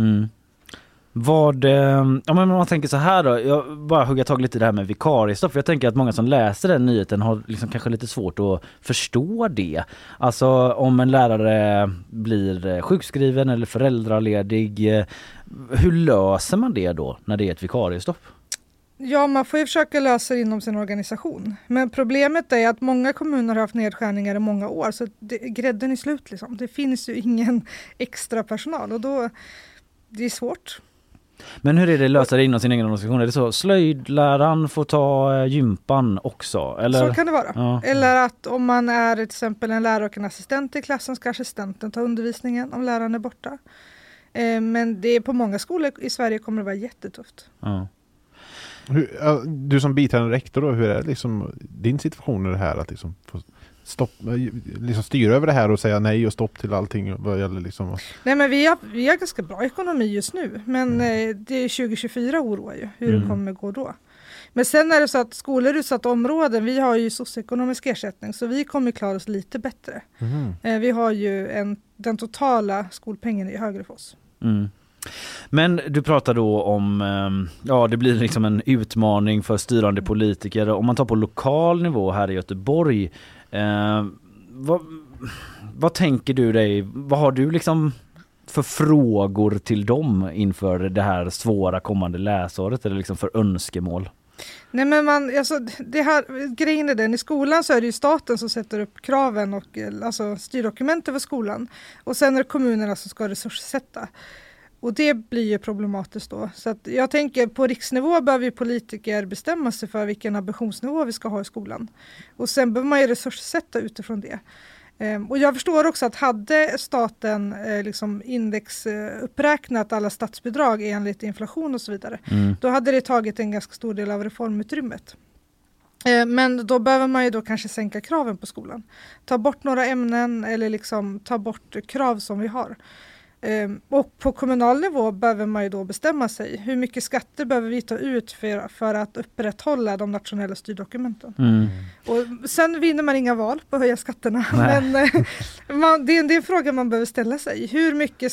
Men man tänker så här då, jag bara hugga tag lite i det här med vikariestopp, för jag tänker att många som läser den nyheten har liksom kanske lite svårt att förstå det. Alltså om en lärare blir sjukskriven eller föräldraledig, hur löser man det då när det är ett vikariestopp? Ja, man får ju försöka lösa det inom sin organisation. Men problemet är att många kommuner har haft nedskärningar i många år, så grädden är slut liksom. Det finns ju ingen extra personal och då det är svårt. Men hur är det lösa det inom sin egen organisation? Är det så slöjdläraren får ta gympan också? Eller? Så kan det vara. Ja. Eller att om man är till exempel en lärare och en assistent i klassen, ska assistenten ta undervisningen om läraren är borta. Men det är på många skolor i Sverige kommer det vara jättetufft. Ja. Du som biträdande rektor då, hur är det liksom din situation i det här att liksom få styra över det här och säga nej och stopp till allting vad gäller liksom? Nej, men vi har ganska bra ekonomi just nu, men det är 2024 oroar ju hur det kommer gå då. Men sen är det så att skolor i utsatta områden, vi har ju socioekonomisk ersättning, så vi kommer klara oss lite bättre. Vi har ju den totala skolpengen är högre för oss. Men du pratar då om, det blir liksom en utmaning för styrande politiker. Om man tar på lokal nivå här i Göteborg, vad tänker du dig, vad har du liksom för frågor till dem inför det här svåra kommande läsåret, eller liksom för önskemål? Nej, men grejen är den, i skolan så är det ju staten som sätter upp kraven och alltså styrdokumenten för skolan, och sen är det kommunerna som ska resurssätta. Och det blir ju problematiskt då. Så att jag tänker på riksnivå behöver ju politiker bestämma sig för vilken ambitionsnivå vi ska ha i skolan. Och sen behöver man ju resurssätta utifrån det. Och jag förstår också att hade staten liksom indexuppräknat alla statsbidrag enligt inflation och så vidare, då hade det tagit en ganska stor del av reformutrymmet. Men då behöver man ju då kanske sänka kraven på skolan. Ta bort några ämnen eller liksom ta bort krav som vi har. Och på kommunal nivå behöver man ju då bestämma sig. Hur mycket skatter behöver vi ta ut för att upprätthålla de nationella styrdokumenten? Och sen vinner man inga val på att höja skatterna. Men det är en fråga man behöver ställa sig. Hur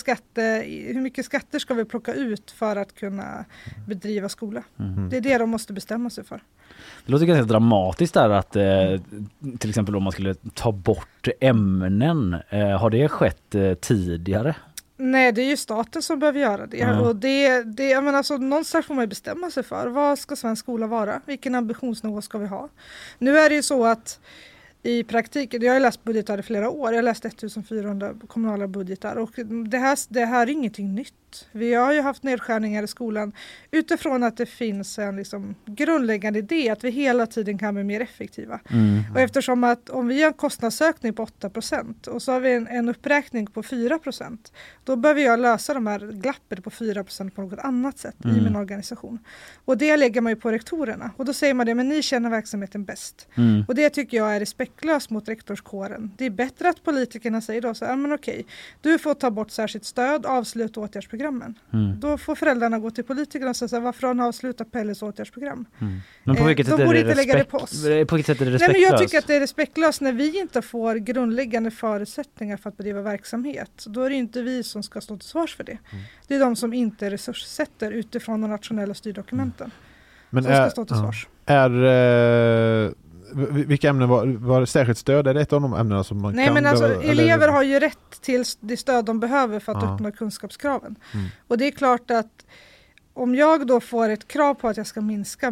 mycket skatter ska vi plocka ut för att kunna bedriva skola? Det är det de måste bestämma sig för. Det låter ganska dramatiskt där att till exempel om man skulle ta bort ämnen. Har det skett tidigare? Nej, det är ju staten som behöver göra det. Och jag menar, alltså, någonstans får man bestämma sig för vad ska svensk skola vara? Vilken ambitionsnivå ska vi ha? Nu är det ju så att i praktiken, jag har läst budgetar i flera år. Jag har läst 1400 kommunala budgetar och det här är ingenting nytt. Vi har ju haft nedskärningar i skolan utifrån att det finns en liksom grundläggande idé att vi hela tiden kan bli mer effektiva. Och eftersom att om vi har en kostnadsökning på 8% och så har vi en uppräkning på 4%, då behöver jag lösa de här glappet på 4% på något annat sätt i min organisation. Och det lägger man ju på rektorerna. Och då säger man det, men ni känner verksamheten bäst. Och det tycker jag är respektlöst mot rektorskåren. Det är bättre att politikerna säger då så här, men okej, du får ta bort särskilt stöd, avsluta åtgärdsprogrammen. Då får föräldrarna gå till politikerna och säga varför har ni avslutat Pelles åtgärdsprogram? Men på vilket sätt är det respektlöst? På vilket sätt är det respektlöst? Nej, men jag tycker att det är respektlöst när vi inte får grundläggande förutsättningar för att bedriva verksamhet. Då är det inte vi som ska stå till svars för det. Det är de som inte resurssätter utifrån de nationella styrdokumenten. Men som ska stå till svars. Vilka ämnen var särskilt stöd? Är det ett av de ämnena som man Nej, kan... men alltså, eller? elever har ju rätt till det stöd de behöver för att uppnå kunskapskraven. Och det är klart att om jag då får ett krav på att jag ska minska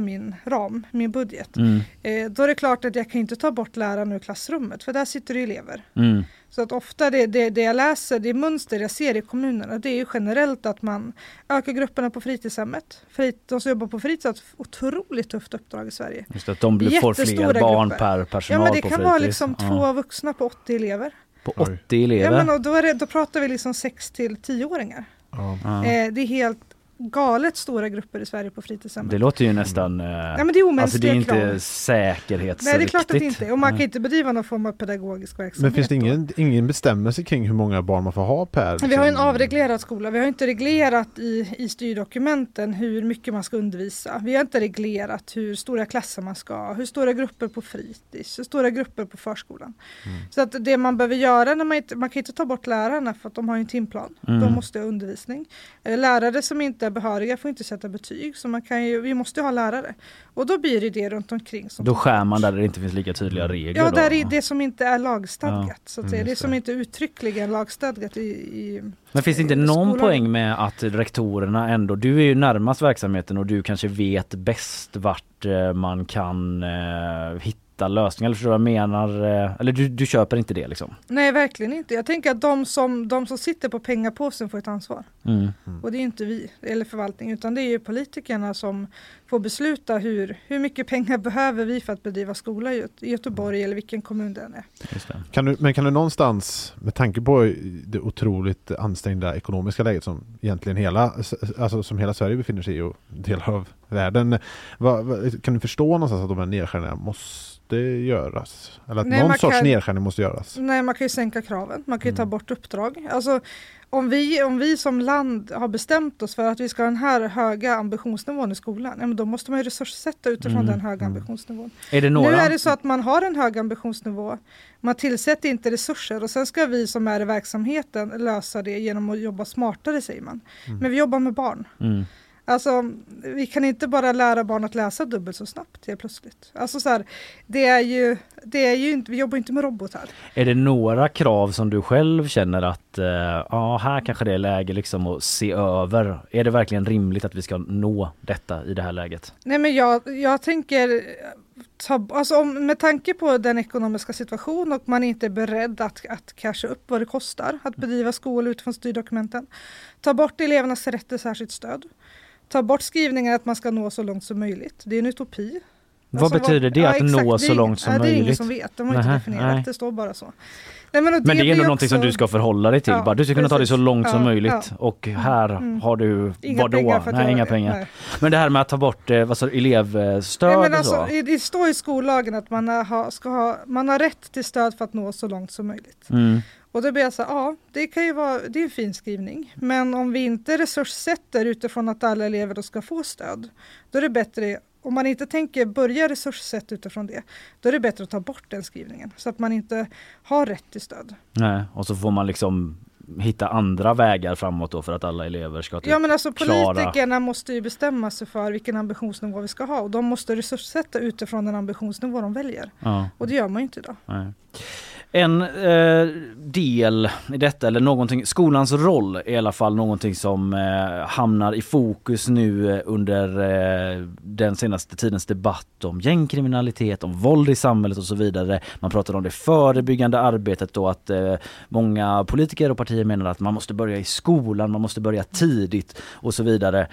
min budget, då är det klart att jag kan inte ta bort läraren ur klassrummet, för där sitter det elever. Så att ofta det jag läser, det mönster jag ser i kommunerna, det är ju generellt att man ökar grupperna på fritidshemmet. De som jobbar på fritids har ett otroligt tufft uppdrag i Sverige. Just att de får fler barn per personal. Ja, men det på kan fritids. vara liksom 2 vuxna på 80 elever. På 80 elever? Ja, men då pratar vi liksom 6 till 10-åringar. Det är helt galet stora grupper i Sverige på fritidshemmet. Det låter ju nästan... men det är omänskliga alltså det är inte krav. säkerhetsriktigt. Nej, det är klart att det inte är. Och man kan inte bedriva någon form av pedagogisk verksamhet. Men finns det ingen bestämmelse kring hur många barn man får ha per... Vi har en avreglerad skola. Vi har inte reglerat i styrdokumenten hur mycket man ska undervisa. Vi har inte reglerat hur stora klasser man ska ha, hur stora grupper på fritids, hur stora grupper på förskolan. Så att det man behöver göra, man kan inte ta bort lärarna för att de har en timplan. De måste ha undervisning. Lärare som inte är behöriga får inte sätta betyg, så vi måste ha lärare. Och då blir det runt omkring. Då skär man där det inte finns lika tydliga regler. Ja, där är det som inte är lagstadgat. Så att säga. Det som inte är uttryckligen lagstadgat i Men finns det inte någon skolan? poäng med att rektorerna ändå, du är ju närmast verksamheten och du kanske vet bäst vart man kan hitta lösningar, eller förstår jag menar, eller du köper inte det liksom? Nej, verkligen inte. Jag tänker att de som sitter på pengapåsen får ett ansvar. Och det är inte vi eller förvaltning, utan det är ju politikerna som får besluta hur mycket pengar behöver vi för att bedriva skola i Göteborg eller vilken kommun den är. Just det. Kan du någonstans, med tanke på det otroligt ansträngda ekonomiska läget som egentligen som hela Sverige befinner sig i och delar av världen, kan du förstå någonstans att de här nedskärningarna måste göras? Eller att någon sorts nedskärning måste göras? Nej, man kan ju sänka kraven. Man kan ju ta bort uppdrag. Alltså, om vi som land har bestämt oss för att vi ska ha den här höga ambitionsnivån i skolan, men då måste man ju resurssätta utifrån den höga ambitionsnivån. Är det några? Nu är det så att man har en hög ambitionsnivå. Man tillsätter inte resurser och sen ska vi som är i verksamheten lösa det genom att jobba smartare, säger man. Men vi jobbar med barn. Alltså, vi kan inte bara lära barn att läsa dubbelt så snabbt helt plötsligt. Alltså så här, det är ju inte, vi jobbar inte med robotar. Är det några krav som du själv känner att här kanske det är läge liksom att se över? Är det verkligen rimligt att vi ska nå detta i det här läget? Nej, men jag tänker med tanke på den ekonomiska situationen och man inte är beredd att casha upp vad det kostar att bedriva skola utifrån styrdokumenten. Ta bort elevernas rätt till särskilt stöd. Ta bort skrivningar att man ska nå så långt som möjligt. Det är en utopi. Vad betyder det att nå så långt som möjligt? Det är ingen som vet. De har inte definierat. Det står bara så. Nej, men det är ändå någonting som du ska förhålla dig till. Ja, du ska kunna ta det så långt som möjligt. Och här har du inga pengar. Inga pengar. Nej. Men det här med att ta bort elevstöd. Nej, men alltså, det står i skollagen att man har rätt till stöd för att nå så långt som möjligt. Och då blir jag så här, det kan ju vara, det är en fin skrivning. Men om vi inte resurssätter utifrån att alla elever då ska få stöd, då är det bättre, om man inte tänker börja resurssätta utifrån det, då är det bättre att ta bort den skrivningen. Så att man inte har rätt till stöd. Nej, och så får man liksom hitta andra vägar framåt då för att alla elever ska Ja, men alltså politikerna måste ju bestämma sig för vilken ambitionsnivå vi ska ha. Och de måste resurssätta utifrån den ambitionsnivå de väljer. Ja. Och det gör man ju inte idag. Nej. En del i detta, eller någonting, skolans roll är i alla fall någonting som hamnar i fokus nu under den senaste tidens debatt om gängkriminalitet, om våld i samhället och så vidare. Man pratar om det förebyggande arbetet då, att många politiker och partier menar att man måste börja i skolan, man måste börja tidigt och så vidare.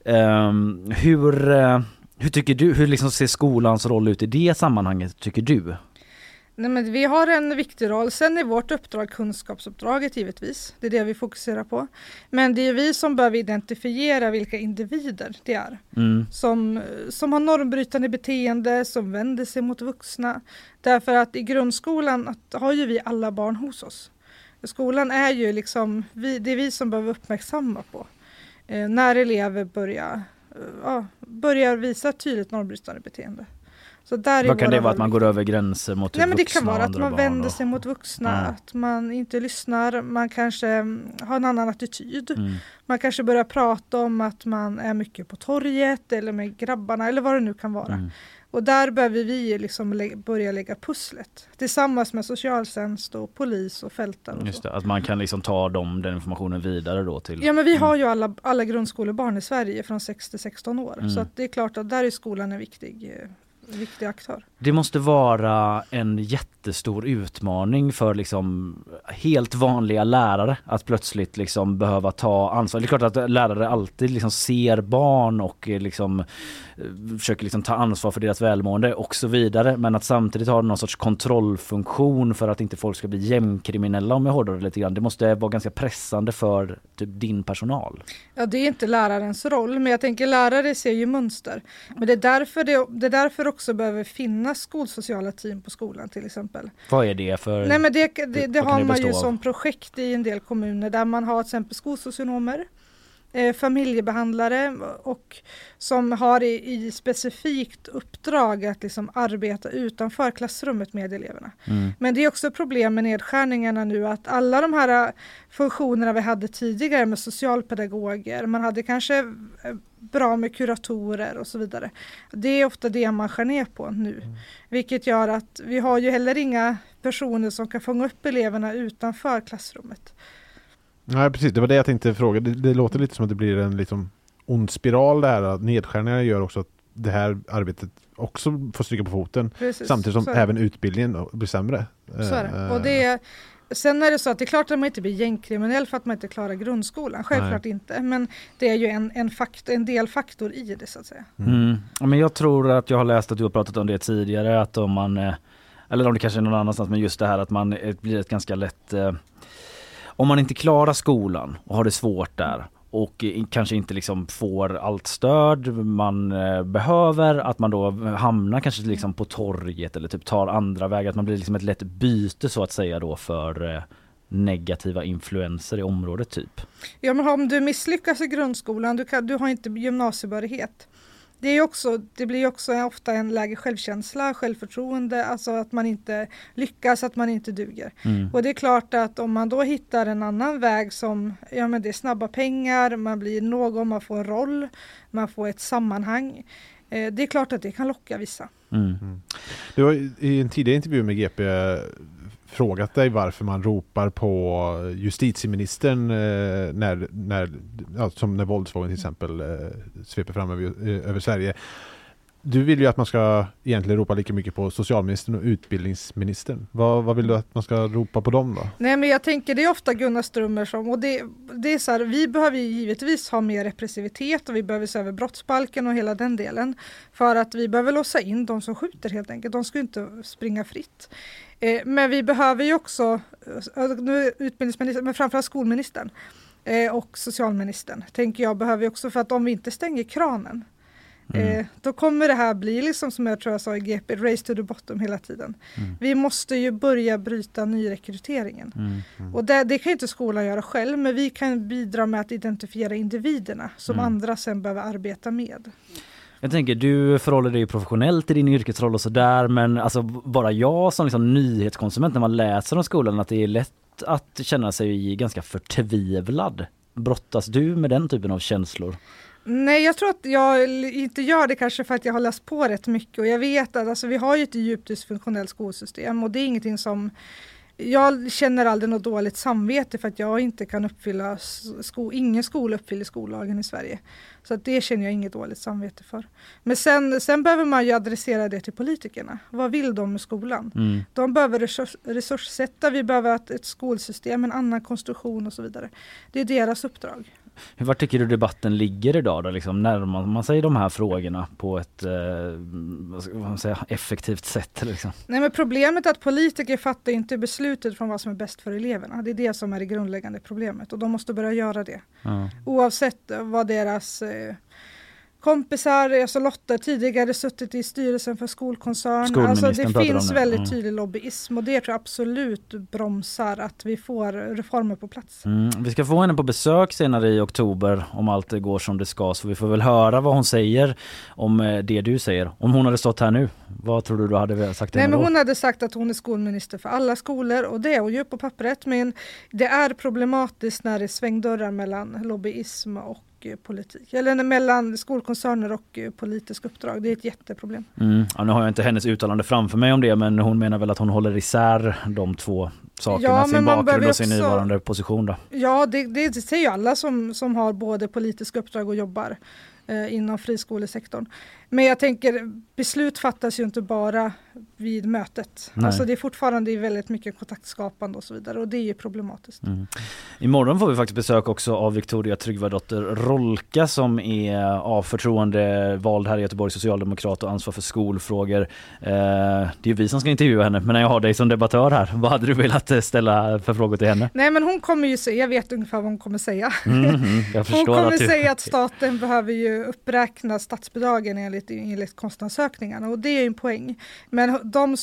Hur tycker du, hur liksom ser skolans roll ut i det sammanhanget, tycker du? Nej, men vi har en viktig roll. Sen är vårt uppdrag kunskapsuppdraget givetvis. Det är det vi fokuserar på. Men det är vi som behöver identifiera vilka individer det är. Som har normbrytande beteende, som vänder sig mot vuxna. Därför att i grundskolan har ju vi alla barn hos oss. Skolan är ju liksom, det är vi som behöver uppmärksamma på. När elever börjar visa tydligt normbrytande beteende. Så där är vad kan det vara, att man viktig. går över gränser mot Nej, men det vuxna kan vara att man vänder och... sig mot vuxna, att man inte lyssnar, man kanske har en annan attityd. Man kanske börjar prata om att man är mycket på torget eller med grabbarna eller vad det nu kan vara. Och där behöver vi liksom börja lägga pusslet tillsammans med socialtjänst och polis och fälten. Och just det, att man kan liksom ta den informationen vidare då till... Ja, men vi har ju alla grundskolebarn i Sverige från 6 till 16 år. Så att det är klart att där är skolan en viktig aktör. Det måste vara en jättestor utmaning för liksom helt vanliga lärare att plötsligt liksom behöva ta ansvar. Det är klart att lärare alltid liksom ser barn och liksom försöker liksom ta ansvar för deras välmående och så vidare, men att samtidigt ha någon sorts kontrollfunktion för att inte folk ska bli jämnkriminella, om jag hårdrar det lite grann. Det måste vara ganska pressande för typ din personal. Ja, det är inte lärarens roll, men jag tänker lärare ser ju mönster. Men det är därför också behöver finnas skolsociala team på skolan till exempel. Vad är det för... Nej, men det har man ju som projekt i en del kommuner där man har till exempel skolsocionomer, familjebehandlare och som har i specifikt uppdrag att liksom arbeta utanför klassrummet med eleverna. Men det är också problem med nedskärningarna nu, att alla de här funktionerna vi hade tidigare med socialpedagoger, man hade kanske bra med kuratorer och så vidare. Det är ofta det man skär ner på nu. Vilket gör att vi har ju heller inga personer som kan fånga upp eleverna utanför klassrummet. Nej, precis. Det var det jag tänkte fråga. Det låter lite som att det blir en liksom ond spiral där. Nedskärningar gör också att det här arbetet också får stryka på foten. Precis, samtidigt som även utbildningen blir sämre. Så är det. Och sen är det så att det är klart att man inte blir gängkriminell för att man inte klarar grundskolan. Självklart inte. Men det är ju en delfaktor i det, så att säga. Men jag tror att jag har läst att du har pratat om det tidigare, att om man, eller om det kanske är någon annanstans, men just det här att man blir ett ganska lätt... Om man inte klarar skolan och har det svårt där och kanske inte liksom får allt stöd man behöver, att man då hamnar kanske liksom på torget eller typ tar andra vägar, att man blir liksom ett lätt byte så att säga då för negativa influenser i området typ. Ja, men om du misslyckas i grundskolan, du har inte gymnasiebehörighet. Det blir också ofta en lägre självkänsla, självförtroende, alltså att man inte lyckas, att man inte duger. Och det är klart att om man då hittar en annan väg som, ja men det är snabba pengar, man blir någon, man får en roll, man får ett sammanhang. Det är klart att det kan locka vissa. Du har i en tidigare intervju med GP frågat dig varför man ropar på justitieministern när våldsvågen till exempel sveper fram över Sverige. Du vill ju att man ska egentligen ropa lika mycket på socialministern och utbildningsministern. Vad vill du att man ska ropa på dem då? Nej, men jag tänker det är ofta Gunnar Strömmer som, och det är så här, vi behöver givetvis ha mer repressivitet och vi behöver se över brottsbalken och hela den delen, för att vi behöver låsa in de som skjuter helt enkelt. De ska inte springa fritt. Men vi behöver ju också utbildningsministern, men framförallt skolministern och socialministern tänker jag behöver ju också, för att om vi inte stänger kranen då kommer det här bli liksom, som jag tror jag sa i GP, race to the bottom hela tiden. Vi måste ju börja bryta nyrekryteringen. Och det kan ju inte skolan göra själv, men vi kan bidra med att identifiera individerna som andra sen behöver arbeta med. Jag tänker, du förhåller dig professionellt i din yrkesroll och sådär, men alltså bara jag som liksom nyhetskonsument, när man läser om skolan, att det är lätt att känna sig ganska förtvivlad. Brottas du med den typen av känslor? Nej, jag tror att jag inte gör det, kanske för att jag har läst på rätt mycket, och jag vet att alltså, vi har ju ett djupt dysfunktionellt skolsystem, och det är ingenting som jag känner aldrig något dåligt samvete för att jag inte kan uppfylla ingen skola uppfyller skollagen i Sverige. Så att det känner jag inget dåligt samvete för. Men sen behöver man ju adressera det till politikerna. Vad vill de med skolan? De behöver resurssätta, vi behöver ett skolsystem, en annan konstruktion och så vidare. Det är deras uppdrag. Var tycker du debatten ligger idag då? Liksom, närmar man sig de här frågorna på ett effektivt sätt? Liksom? Nej, men problemet är att politiker fattar inte beslutet från vad som är bäst för eleverna. Det är det som är det grundläggande problemet, och de måste börja göra det. Oavsett vad deras kompisar, alltså Lotta tidigare suttit i styrelsen för skolkoncern. Alltså det finns väldigt tydlig lobbyism och det tror jag absolut bromsar att vi får reformer på plats. Vi ska få henne på besök senare i oktober om allt går som det ska, så vi får väl höra vad hon säger om det du säger. Om hon hade stått här nu, vad tror du hade sagt till henne då? Men hon hade sagt att hon är skolminister för alla skolor och det är hon ju på pappret, men det är problematiskt när det är svängdörrar mellan lobbyism och politik. Eller mellan skolkoncerner och politisk uppdrag. Det är ett jätteproblem. Ja, nu har jag inte hennes uttalande framför mig om det, men hon menar väl att hon håller isär de två sakerna, sin bakgrund och sin nuvarande position då. Ja, det säger ju alla som har både politiska uppdrag och jobbar inom friskolesektorn. Men jag tänker, beslut fattas ju inte bara vid mötet. Alltså det är fortfarande väldigt mycket kontaktskapande och så vidare och det är ju problematiskt. Imorgon får vi faktiskt besök också av Victoria Tryggvadotter Rolka som är förtroendevald här i Göteborgs socialdemokrat och ansvar för skolfrågor. Det är ju vi som ska intervjua henne, men när jag har dig som debattör här, vad hade du velat ställa för frågor till henne? Nej, men hon kommer ju säga, jag vet ungefär vad hon kommer säga. Jag förstår hon kommer säga att staten behöver ju uppräkna statsbidragen enligt kostnadsökningarna och det är ju en poäng. Men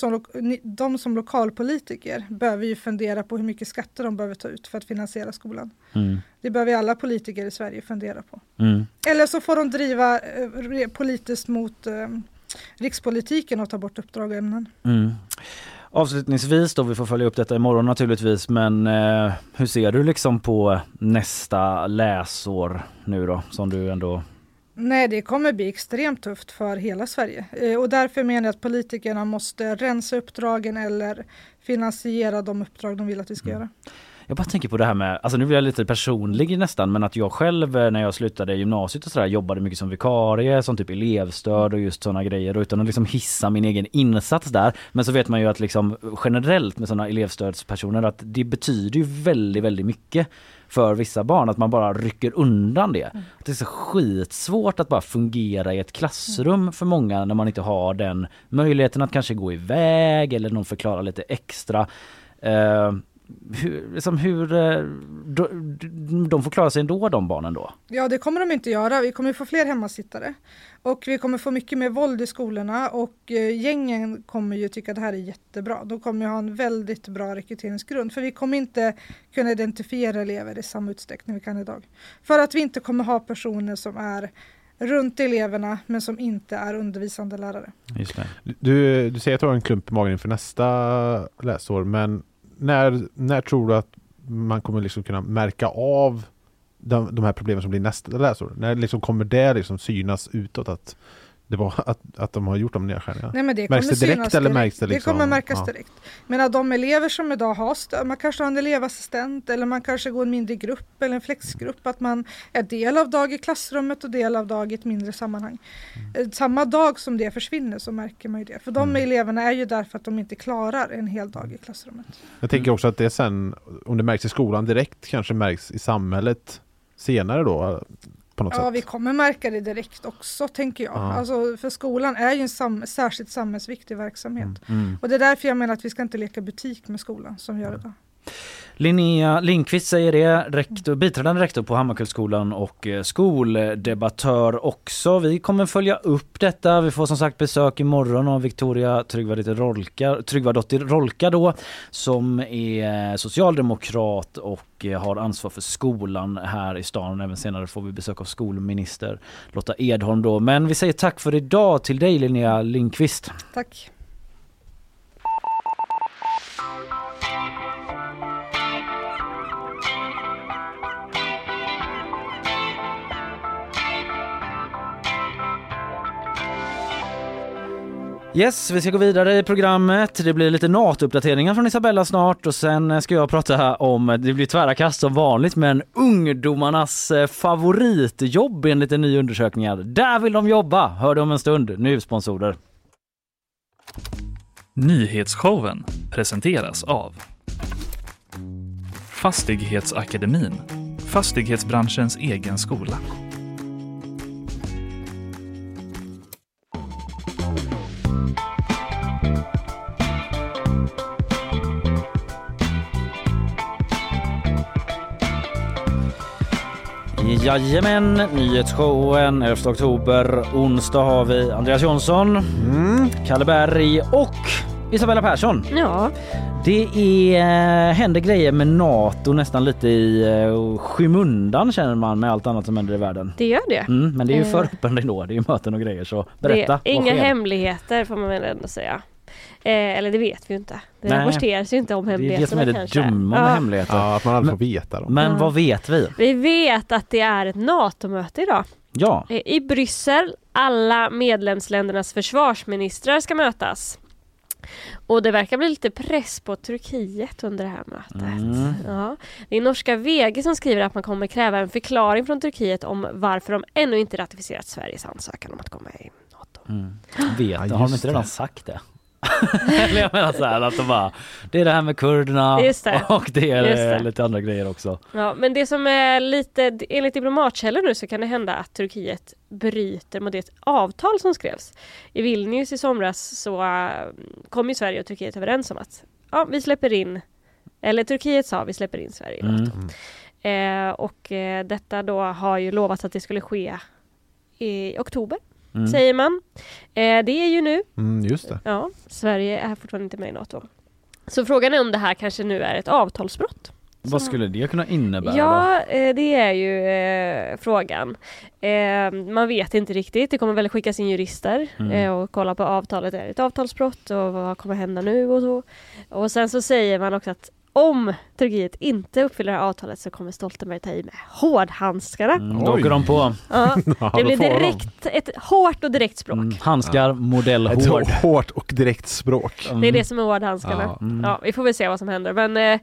de som lokalpolitiker behöver ju fundera på hur mycket skatter de behöver ta ut för att finansiera skolan. Det behöver alla politiker i Sverige fundera på. Eller så får de driva politiskt mot rikspolitiken och ta bort uppdrag och ämnen. Avslutningsvis då, vi får följa upp detta imorgon naturligtvis, men hur ser du liksom på nästa läsår nu då, som du ändå... Nej, det kommer bli extremt tufft för hela Sverige. Och därför menar jag att politikerna måste rensa uppdragen eller finansiera de uppdrag de vill att vi ska göra. Jag bara tänker på det här med, alltså nu blir jag lite personlig nästan, men att jag själv när jag slutade gymnasiet och sådär jobbade mycket som vikarie, som typ elevstöd och just sådana grejer, utan att liksom hissa min egen insats där. Men så vet man ju att liksom generellt med sådana elevstödspersoner att det betyder ju väldigt, väldigt mycket för vissa barn, att man bara rycker undan det. Att det är så skitsvårt att bara fungera i ett klassrum för många när man inte har den möjligheten att kanske gå iväg eller någon förklarar lite extra. De får klara sig ändå, de barnen då? Ja, det kommer de inte göra. Vi kommer få fler hemmasittare och vi kommer få mycket mer våld i skolorna och gängen kommer ju tycka att det här är jättebra. De kommer ju ha en väldigt bra rekryteringsgrund för vi kommer inte kunna identifiera elever i samma utsträckning vi kan idag. För att vi inte kommer ha personer som är runt eleverna men som inte är undervisande lärare. Just det. Du säger att du har en klump i magen inför nästa läsår, men när tror du att man kommer liksom kunna märka av de här problemen som blir nästa läsår? När liksom kommer det liksom synas utåt att de har gjort de nedskärningarna? Nej, men det märks det direkt eller märks det liksom? Det kommer märkas direkt. Men att de elever som idag har man kanske har en elevassistent eller man kanske går en mindre grupp eller en flexgrupp, att man är del av dag i klassrummet och del av dag i ett mindre sammanhang. Samma dag som det försvinner så märker man ju det. För de eleverna är ju därför att de inte klarar en hel dag i klassrummet. Jag tänker också att det sen, om det märks i skolan direkt, kanske märks i samhället senare då? Ja, vi kommer märka det direkt också, tänker jag. Alltså, för skolan är ju en särskilt samhällsviktig verksamhet. Och det är därför jag menar att vi ska inte leka butik med skolan som gör det då. Linnea Lindqvist säger det, biträdande rektor på Hammarkullsskolan och skoldebattör också. Vi kommer följa upp detta. Vi får som sagt besök imorgon av Victoria Tryggvadotter Rolka då, som är socialdemokrat och har ansvar för skolan här i stan. Även senare får vi besök av skolminister Lotta Edholm då. Men vi säger tack för idag till dig, Linnea Lindqvist. Tack. Yes, vi ska gå vidare i programmet. Det blir lite NATO-uppdateringar från Isabella snart och sen ska jag prata om, det blir tvära kast som vanligt, men ungdomarnas favoritjobb enligt en ny undersökning. Där vill de jobba, hör du om en stund. Nu sponsorer. Nyhetsshowen presenteras av Fastighetsakademin, fastighetsbranschens egen skola. Jajamän, nyhetsshowen 11 oktober. Onsdag har vi Andreas Jonsson, Kalle Berg och Isabella Persson. Ja. Det händer grejer med NATO nästan lite i skymundan känner man med allt annat som händer i världen. Det gör det. Men det är ju för öppen ändå, det är ju möten och grejer så berätta. Det är inga hemligheter får man väl ändå säga. Eller det vet vi ju inte. Det rapporteras ju inte om hemligheterna. Det är det som är det dumma med hemligheter. Ja, att man aldrig får veta dem. Men vad vet vi? Vi vet att det är ett NATO-möte idag. Ja. I Bryssel. Alla medlemsländernas försvarsministrar ska mötas. Och det verkar bli lite press på Turkiet under det här mötet. Ja. Det är norska VG som skriver att man kommer kräva en förklaring från Turkiet om varför de ännu inte ratificerat Sveriges ansökan om att komma i NATO. Har de inte redan sagt det? Eller jag menar så här att de bara, det är det här med kurderna och det är lite andra grejer också. Ja, men det som är lite, enligt diplomatkällor nu så kan det hända att Turkiet bryter mot ett avtal som skrevs. I Vilnius i somras så kom ju Sverige och Turkiet överens om att vi släpper in, eller Turkiet sa vi släpper in Sverige i NATO. Och detta då har ju lovat att det skulle ske i oktober. Säger man. Det är ju nu. Just det. Ja, Sverige är fortfarande inte med i NATO. Så frågan är om det här kanske nu är ett avtalsbrott. Vad skulle det kunna innebära? Ja, det är ju frågan. Man vet inte riktigt. Det kommer väl skickas in jurister och kolla på avtalet. Är det ett avtalsbrott och vad kommer hända nu och så. Och sen så säger man också att om Turkiet inte uppfyller det här avtalet så kommer Stoltenberg ta i med hårdhandskarna. Då åker de på. Ja, det blir direkt ett hårt och direkt språk. Handskar, modell hård. Ett hårt och direkt språk. Det är det som är hårdhandskarna. Ja, vi får väl se vad som händer. Men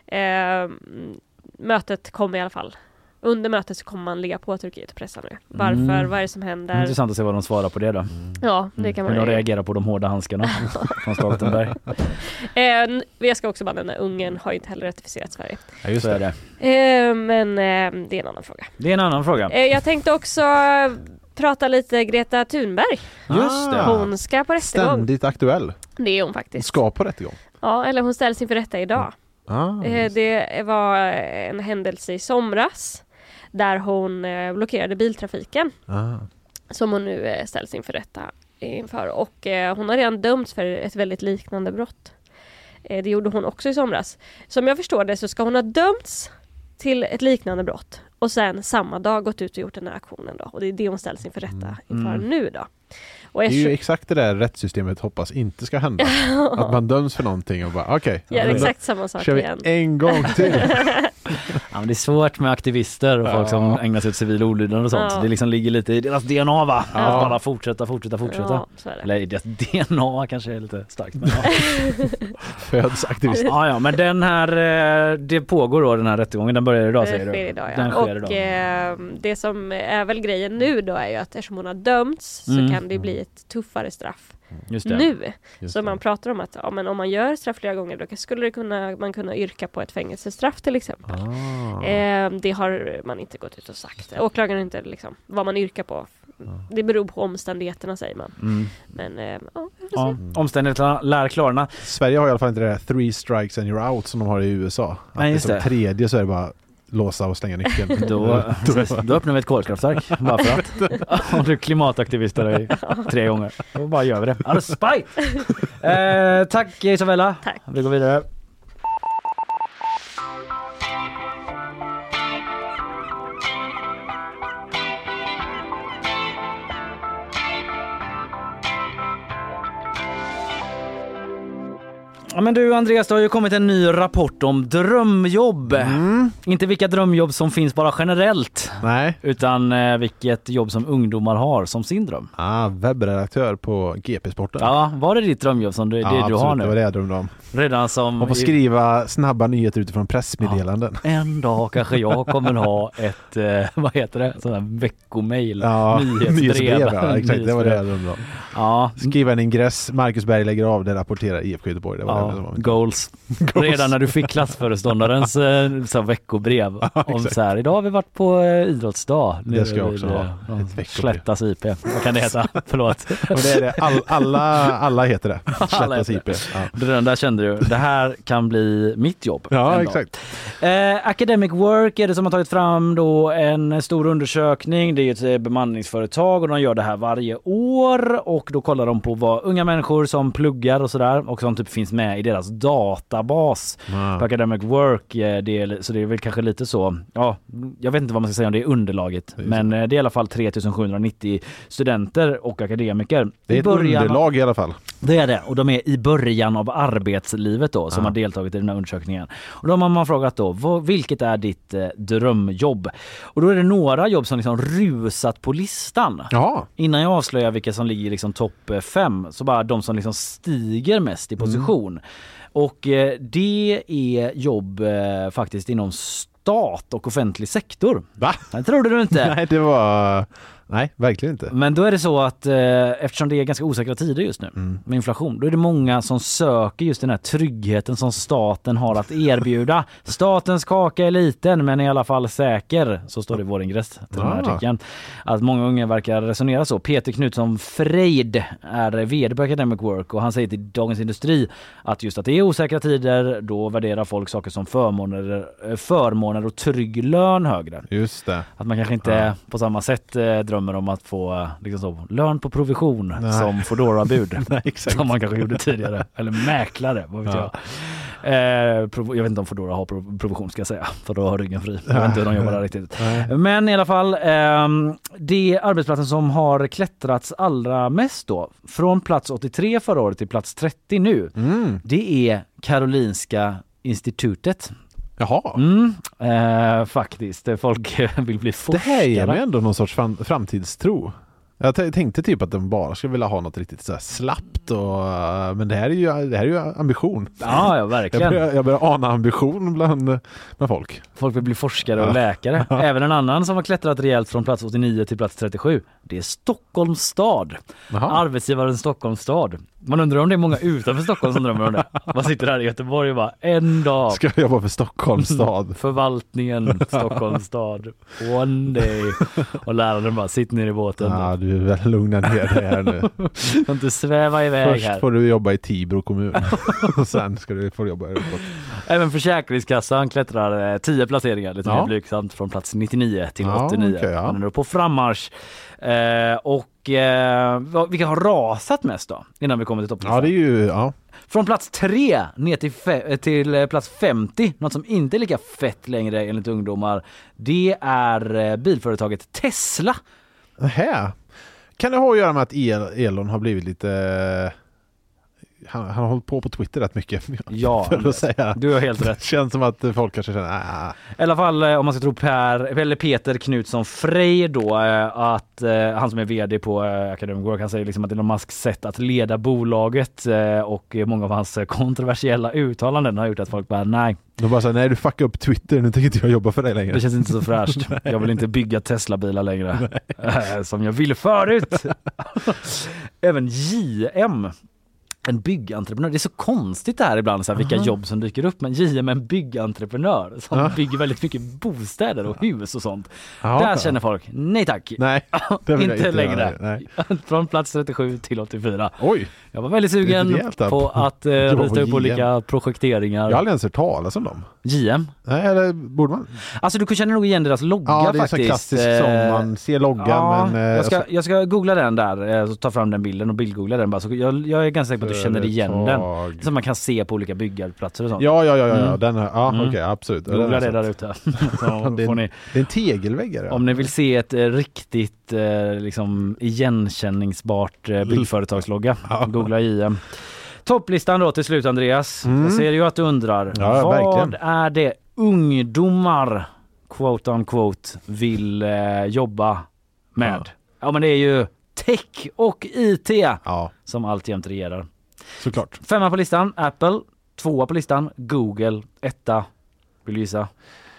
mötet kommer i alla fall. Under mötet så kommer man ligga på Turkiet och pressa nu. Varför? Vad är det som händer? Intressant att se vad de svarar på det då. Ja, det kan man ju. De reagerar på de hårda handskarna från Stoltenberg. Jag ska också bara nämna Ungern har inte heller ratificerat Sverige. Ja, just det. Men det är en annan fråga. Det är en annan fråga. Jag tänkte också prata lite Greta Thunberg. Just det. Hon ska på rättegång. Ständigt aktuell. Det är hon faktiskt. Ska på rättegång. Ja, eller hon ställs inför rätta idag. Det var en händelse i somras där hon blockerade biltrafiken som hon nu ställs inför rätta inför. Och hon har redan dömts för ett väldigt liknande brott. Det gjorde hon också i somras. Som jag förstår det så ska hon ha dömts till ett liknande brott och sen samma dag gått ut och gjort den här aktionen då. Och det är det hon ställs inför rätta inför nu då. Och det är ju exakt det där rättssystemet hoppas inte ska hända. Att man döms för någonting och bara ja, exakt samma sak kör igen. Vi en gång till. Ja, men det är svårt med aktivister och folk som ägnar sig åt civil olydnad och sånt. Det liksom ligger lite i deras DNA va? Att bara fortsätta. Ja, eller deras DNA kanske är lite starkt. Men Föds aktivister. Ja, men den här, det pågår då den här rättegången. Den börjar idag säger du. Sker idag, ja. Den sker och idag. Det som är väl grejen nu då är ju att eftersom hon har dömts så kan det bli ett tuffare straff. Just det. Nu. Så man pratar om att men om man gör straff flera gånger då skulle man kunna yrka på ett fängelsestraff till exempel. Det har man inte gått ut och sagt. Åklagaren inte liksom vad man yrkar på. Det beror på omständigheterna säger man. Men omständigheterna lär klarna. Sverige har i alla fall inte det där 3 strikes and you're out som de har i USA. Nej, just det. Tredje så är det bara låsa och stänga nyckeln. Då öppnar vi ett kolkraftverk bara för att. Om du är klimataktivister i 3 gånger. Då bara gör vi det. Tack Isabella. Tack. Vi går vidare. Ja, men du Andreas, det har ju kommit en ny rapport om drömjobb. Inte vilka drömjobb som finns bara generellt. Nej. Utan vilket jobb som ungdomar har som sin dröm. Webbredaktör på GP-sporten. Ja, var det ditt drömjobb som det absolut, du har nu? Det var det jag drömde om. Redan som... Man får skriva snabba nyheter utifrån pressmeddelanden. Ja, en dag kanske jag kommer ha ett, vad heter det? Sån här veckomail. Nyhetsbrev. Ja, exakt, det var det jag drömde om. Ja. Skriva en ingress, Marcus Berg lägger av, det rapporterar IFK Göteborg. Det var Goals. Redan när du fick klassföreståndarens så veckobrev om så här, idag har vi varit på idrottsdag. Det ska jag också ha. Slättas IP. Vad kan det heta? Förlåt. Och det är det. Alla heter det. Slättas IP. Ja. Den där kände du, det här kan bli mitt jobb. Ja, exakt. Academic Work är det som har tagit fram då en stor undersökning. Det är ett bemanningsföretag och de gör det här varje år och då kollar de på vad unga människor som pluggar och sådär och som typ finns med i deras databas på Academic Work. Så det är väl kanske lite så, ja, jag vet inte vad man ska säga om det är underlaget, men det är i alla fall 3790 studenter och akademiker. Det är ett underlag i alla fall. Det är det, och de är i början av arbetslivet då som har deltagit i den här undersökningen. Och då har man frågat då, vilket är ditt drömjobb? Och då är det några jobb som liksom rusat på listan. Ja. Innan jag avslöjar vilka som ligger liksom topp 5, så bara de som liksom stiger mest i position. Och det är jobb faktiskt inom stat och offentlig sektor. Va? Det trodde du inte. Nej, verkligen inte. Men då är det så att eftersom det är ganska osäkra tider just nu med inflation, då är det många som söker just den här tryggheten som staten har att erbjuda. Statens kaka är liten men i alla fall säker, så står det i vår ingress till den här artikeln. Att många unga verkar resonera så. Peter Knutsson Freid är vd på Academic Work och han säger till Dagens Industri att just att det är osäkra tider, då värderar folk saker som förmåner och trygg lön högre. Just det. Att man kanske inte på samma sätt drömmer om att få liksom så, lön på provision som Foodora-bud. Som man kanske gjorde tidigare. Eller mäklare, vad vet jag. Jag vet inte om Foodora har provision, ska jag säga. För då har ryggen fri. Jag vet inte hur de jobbar där riktigt. Men i alla fall, det är arbetsplatsen som har klättrats allra mest då. Från plats 83 förra året till plats 30 nu. Det är Karolinska institutet. Jaha. Faktiskt. Folk vill bli forskare. Det här är ju ändå någon sorts framtidstro. Jag tänkte typ att de bara skulle vilja ha något riktigt så här slappt men det här är ju ambition. Ja, verkligen. Jag börjar ana ambition bland folk. Folk vill bli forskare och läkare. Även en annan som har klättrat rejält från plats 89 till plats 37. Det är Stockholms stad. Arbetsgivaren Stockholms stad. Man undrar om det är många utanför Stockholm som drömmer om det. Man sitter här i Göteborg och bara, en dag ska jag jobba för Stockholms stad. Förvaltningen Stockholms stad. One day. Och läraren bara, sitt ner i båten. Ja, du är väl lugna ner dig här nu. Inte sväva iväg. Först här. får du jobba i Tibro kommun. Och sen ska du få jobba uppåt. Även Försäkringskassan klättrar 10 placeringar. Lite mer blygsamt från plats 99 till 89. Okay, Man är på frammarsch. Vilka har rasat mest då? Innan vi kommer till topplistan. Ja, det är ju... Ja. Från plats 3 ner till plats 50, något som inte är lika fett längre enligt ungdomar, det är bilföretaget Tesla. Nähä. Kan det ha att göra med att Elon har blivit lite... Han har hållit på Twitter rätt mycket. Ja, för att säga. Du har helt rätt. Det känns som att folk kanske känner... I alla fall om man ska tro Peter Knutsson Freid då, att han som är vd på Academic Work, han säger liksom att Elon Musks sätt att leda bolaget och många av hans kontroversiella uttalanden har gjort att folk bara nej. De bara säger, nej du fuckar upp Twitter, nu tänker inte jag jobba för dig längre. Det känns inte så fräscht. Jag vill inte bygga Tesla-bilar längre. Som jag ville förut. Även JM, en byggentreprenör. Det är så konstigt det här ibland, så här, vilka jobb som dyker upp. Men JM är en byggentreprenör som bygger väldigt mycket bostäder och hus och sånt. Där känner folk, nej tack. Nej, det vill inte längre. Nej. Från plats 37 till 84. Oj. Jag var väldigt sugen på att rita upp olika projekteringar. Jag har aldrig ens hört talas om dem. JM? Nej, eller borde man? Alltså du känner nog igen deras logga faktiskt. Ja, det är så klassiskt som man ser loggan. Ja, men, jag ska googla den där, så ta fram den bilden och bildgoogla den bara. Så jag är ganska säker på att du känner igen den. Som man kan se på olika byggarbetsplatser och sånt. Ja. Den här, okej, absolut. Googla det där ute. Det är en tegelvägg. Om ni vill se ett riktigt liksom igenkänningsbart byggföretagslogga, googla JM. Topplistan då till slut, Andreas. Jag ser ju att du undrar. Vad verkligen är det ungdomar quote on quote vill jobba med? Ja, men det är ju tech och IT som alltjämt regerar. Såklart. 5 på listan Apple, 2 på listan Google, 1 vill gissa.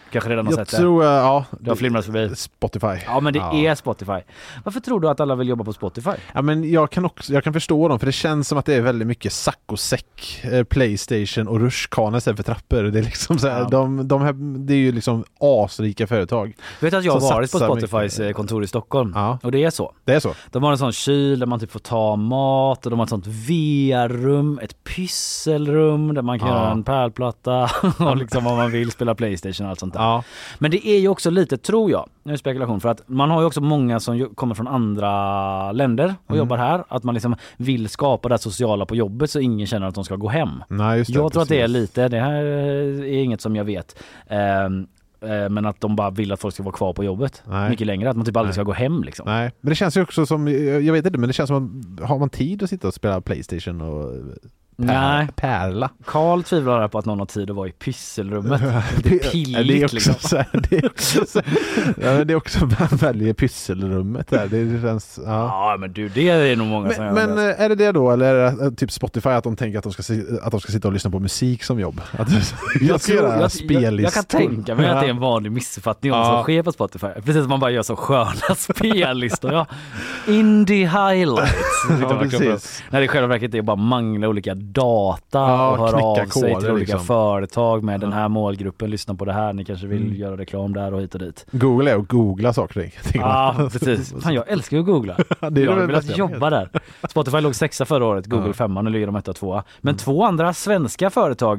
Kanske redan har Jag sett det. tror, ja. Det har flimrat förbi. Spotify. Ja, men det är Spotify. Varför tror du att alla vill jobba på Spotify? Ja, men jag kan förstå dem, för det känns som att det är väldigt mycket sack och säck, PlayStation och rutschkana istället för trappor. Det är liksom så här, det är ju liksom asrika företag. Vet att jag har varit på Spotifys mycket. kontor i Stockholm. Ja. Och det är så. Det är så. De har en sån kyl där man typ får ta mat, och de har ett sånt VR-rum, ett pysselrum där man kan göra en pärlplatta och liksom om man vill spela PlayStation och allt sånt där. Ja. Men det är ju också lite, tror jag, nu är spekulation, för att man har ju också många som kommer från andra länder och jobbar här, att man liksom vill skapa det sociala på jobbet så ingen känner att de ska gå hem. Nej, just det, jag tror att det är precis. lite, det här är inget som jag vet. Men att de bara vill att folk ska vara kvar på jobbet mycket längre, att man typ aldrig ska gå hem liksom. Nej, men det känns ju också som, jag vet inte, men det känns som att har man tid att sitta och spela PlayStation och pärla. Karl tvivlar på att någon har tid att vara i pysselrummet. Det är pilligt det är också liksom. så här, det är också man väljer pysselrummet där. Det känns, ja, men du, det är nog många som gör det. Men är det då, eller är det typ Spotify att de tänker att de ska sitta och lyssna på musik som jobb? Jag kan tänka mig att det är en vanlig missuppfattning om som sker på Spotify. Precis som man bara gör så sköna spellistor. Ja. Indie highlights. Precis. När det i själva verket är bara mangla olika data och höra av sig till olika företag med den här målgruppen. Lyssna på det här, ni kanske vill göra reklam där och hit och dit. Google är att googla saker. Ja, precis. Fan, jag älskar att googla. Jag vill att jobba där. Spotify låg 6 förra året, Google 5, nu ligger de 1 och 2. Men 2 andra svenska företag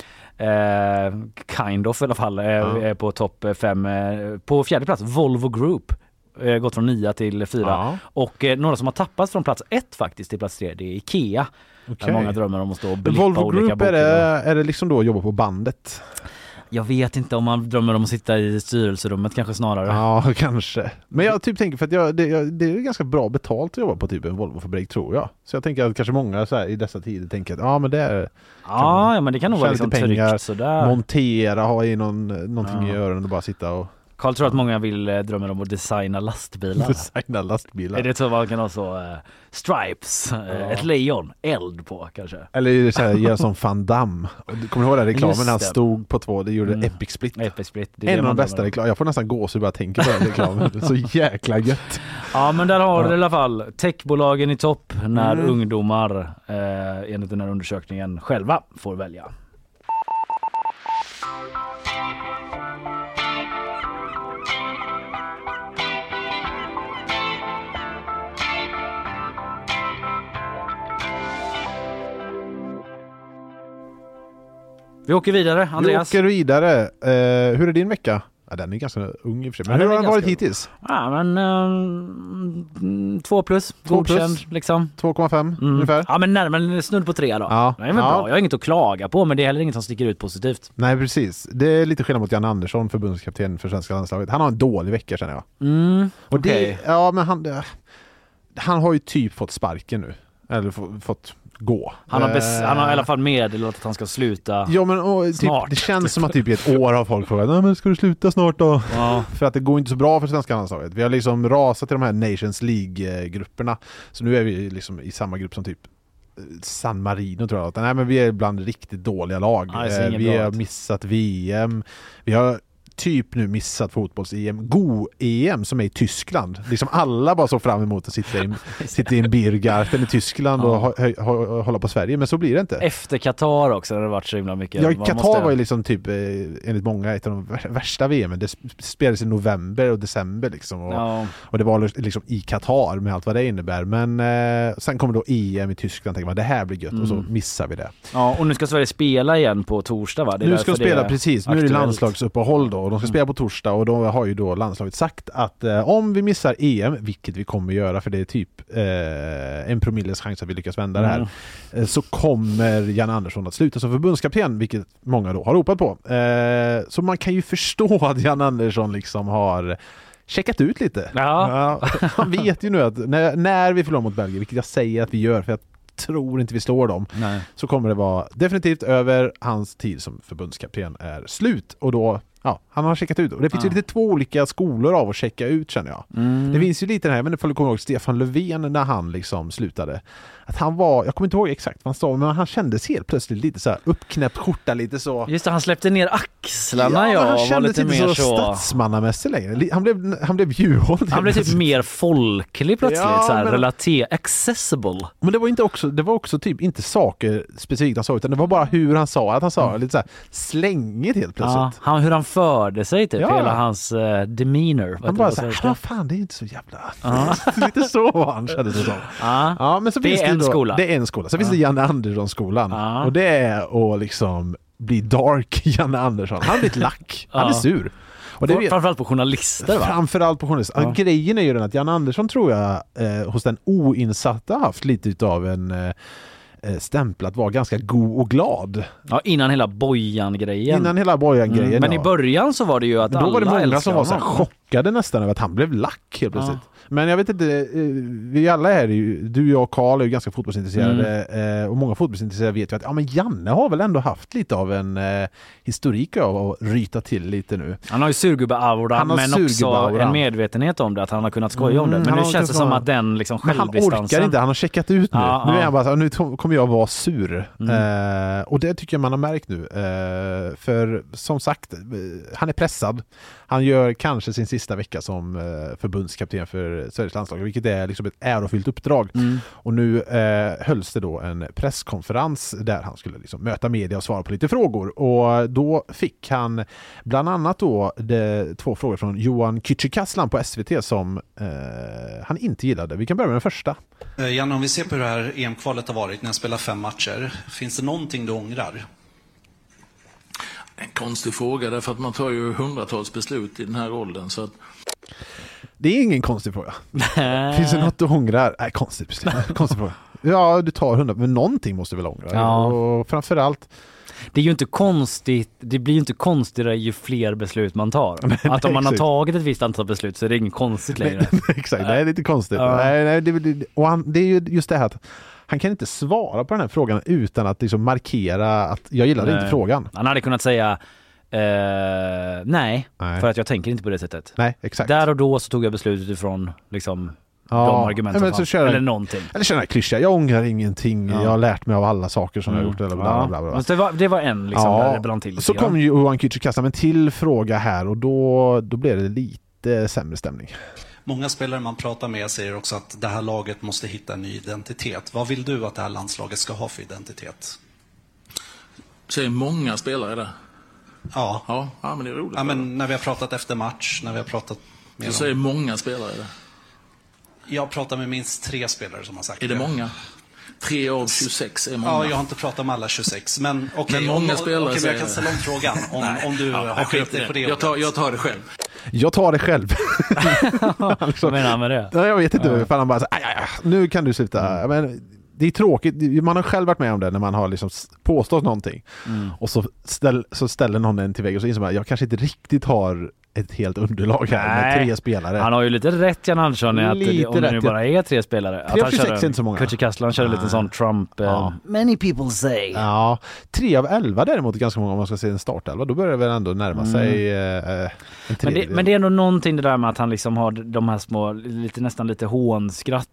kind of i alla fall är på topp 5. På 4:e plats, Volvo Group. Gått från 9 till 4. Och några som har tappats från plats 1 faktiskt till plats 3, det är Ikea. Okay. Många drömmer om att stå och blippa Volvo olika Group bokar. Är det liksom då att jobba på bandet? Jag vet inte om man drömmer om att sitta i styrelserummet kanske snarare. Ja, kanske. Men jag typ tänker för att det är ganska bra betalt att jobba på typ en Volvo-fabrik, tror jag. Så jag tänker att kanske många så här, i dessa tider tänker att men det är... Ja, men det kan nog vara liksom tryggt sådär. Montera, ha i någonting i öronen och bara sitta och... Karl tror att många drömmer om att designa lastbilar. Är det så man kan ha så stripes, ett lejon, eld på kanske? Eller så här, göra som Van Damme. Kommer du ihåg den reklamen när han stod på 2, det gjorde Epic Split. Epic Split. En av de bästa reklamer. Jag får nästan gåshud bara tänka på den reklamen. Så jäkla gött. Ja, men där har du i alla fall techbolagen i topp när ungdomar enligt den här undersökningen själva får välja. Vi åker vidare, Andreas. Vi åker vidare. Hur är din vecka? Ja, den är ganska ung i och för sig. Men hur har den varit hittills? Ja, men 2 plus. Godkänd liksom. 2,5 ungefär. Ja, men närmare snudd på 3 då. Ja. Det är väl bra. Jag har inget att klaga på, men det är heller inget som sticker ut positivt. Nej, precis. Det är lite skillnad mot Jan Andersson, förbundskapten för svenska landslaget. Han har en dålig vecka, känner jag. Och okay. Men han har ju typ fått sparken nu. Eller fått gå. Han har i alla fall meddelat att han ska sluta. Ja, men snart. Det känns som att typ i ett år har folk frågat, men ska du sluta snart då? Ja. För att det går inte så bra för svenska landslaget. Vi har liksom rasat till de här Nations League-grupperna. Så nu är vi liksom i samma grupp som typ San Marino, tror jag. Nej, men vi är bland riktigt dåliga lag. Vi har missat VM. Vi har typ nu missat fotbolls-EM. Go-EM som är i Tyskland. Liksom alla bara så fram emot att sitta i en Biergarten i Tyskland och hålla på Sverige, men så blir det inte. Efter Qatar också har det varit så himla mycket. Ja, Qatar var ju liksom typ enligt många ett av de värsta VM. Det spelades i november och december liksom. Och det var liksom i Qatar med allt vad det innebär. Men sen kommer då EM i Tyskland, tänker man det här blir gött och så missar vi det. Ja, och nu ska Sverige spela igen på torsdag, va? Nu ska de spela, precis. Nu är det landslagsuppehåll då. De ska spela på torsdag och då har ju då landslaget sagt att om vi missar EM, vilket vi kommer göra för det är typ 1% chans att vi lyckas vända det här, så kommer Jan Andersson att sluta som förbundskapten, vilket många då har ropat på. Så man kan ju förstå att Jan Andersson liksom har checkat ut lite. Ja. Han vet ju nu att när vi förlorar mot Belgien, vilket jag säger att vi gör för att tror inte vi slår dem. Nej. Så kommer det vara definitivt över, hans tid som förbundskapten är slut och då han har checkat ut. Och det finns ju lite två olika skolor av att checka ut, känner jag. Det finns ju lite den här, men det kommer ihåg Stefan Löfven när han liksom slutade. Att han var, jag kommer inte ihåg exakt vad han sa, men han kändes helt plötsligt lite så här uppknäppt skjorta, lite så. Just det, han släppte ner axlarna, men han kändes lite inte mer så statsmannamässig längre. Han blev djurhåll. Han blev typ mer folklig plötsligt, så här, accessible. Men det var också typ inte saker specifikt han sa, utan det var bara hur han sa, att han sa lite så här slängigt helt plötsligt. Hur han förde sig typ, hela hans demeanor. Han bara så här, fan, det är inte så jävla... lite så var han, kände det som. Men så det är en skola. Det är en skola. Så finns det Janne Andersson-skolan. Och det är att liksom bli dark Janne Andersson. Han blir lack. Han är sur. Och det framförallt på journalister, va? Framförallt på journalister. Grejen är ju den att Janne Andersson, tror jag, hos den oinsatta haft lite utav en... stämpel att vara ganska god och glad. Ja, innan hela Bojan-grejen. Men i början så var det ju att alla älskade honom. Då var det många som var så här chockade nästan över att han blev lack helt plötsligt. Men jag vet inte, vi alla här, du, jag och Carl är ju ganska fotbollsintresserade och många fotbollsintresserade vet ju att men Janne har väl ändå haft lite av en historik av att ryta till lite nu. Han har ju surgubbe-aura, men också en medvetenhet om det, att han har kunnat skoja om det. Men nu känns det som att den liksom självdistansen... Han orkar inte, han har checkat ut nu. Nu är han bara så, nu kommer jag vara sur. Och det tycker jag man har märkt nu. För som sagt, han är pressad. Han gör kanske sin sista vecka som förbundskapten för Sveriges landslag, vilket är liksom ett ärofyllt uppdrag. Och nu hölls det då en presskonferens där han skulle liksom möta media och svara på lite frågor. Och då fick han bland annat då två frågor från Johan Kücükaslan på SVT som han inte gillade. Vi kan börja med den första. Janne, om vi ser på hur det här EM-kvalet har varit när jag spelar 5 matcher, finns det någonting du ångrar? En konstig fråga, därför att man tar ju hundratals beslut i den här rollen. Så att... Det är ingen konstig fråga. Finns det något du ångrar? Nej, konstig beslut. Konstig fråga. Ja, du tar 100, men någonting måste väl ångra. Ja. Och framförallt... Det är ju inte konstigt, det blir ju inte konstigare ju fler beslut man tar. Att om man har tagit ett visst antal beslut så är det inget konstigt längre. Exakt, det är lite konstigt. Nej, det är ju just det här att han kan inte svara på den här frågan utan att liksom markera att jag gillade inte frågan. Han hade kunnat säga nej, för att jag tänker inte på det sättet. Nej, exakt. Där och då så tog jag beslutet utifrån liksom de argument som fanns. Eller någonting. Eller känner jag klyscha, jag ångrar ingenting. Jag har lärt mig av alla saker som jag har gjort. Eller bla, bla, bla, bla. Det var en liksom där det brann till. Så kom ju Johan Kücükaslan med en till fråga här och då blev det lite sämre stämning. Många spelare man pratar med säger också att det här laget måste hitta en ny identitet. Vad vill du att det här landslaget ska ha för identitet? Säger många spelare det? Ja, men det är roligt. Ja, men när vi har pratat efter match, när vi har pratat med dem. Så säger många spelare det? Jag pratar med minst 3 spelare som har sagt det. Är det många? 3 av 26 är många. Ja, jag har inte pratat med alla 26. Men okej, många spelare jag kan ställa om frågan om du har skit dig på det. Jag tar det själv. Jag tar det själv. Vad menar han med det? Jag vet inte. För han bara så, nu kan du sluta. Men det är tråkigt. Man har själv varit med om det när man har liksom påstått någonting. Och så ställer någon en till väggen och så inser man jag kanske inte riktigt har ett helt underlag här med 3 spelare. Han har ju lite rätt, Jan Andersson, i att om det nu bara är 3 spelare. 3 av 26 är inte så många. Kücükaslan körde lite sån Trump. Many people say. Ja, 3 av 11 däremot är ganska många om man ska se en startelva. Då börjar det väl ändå närma sig en tredjedel. Men det är ändå någonting det där med att han liksom har de här små, nästan lite hånskratt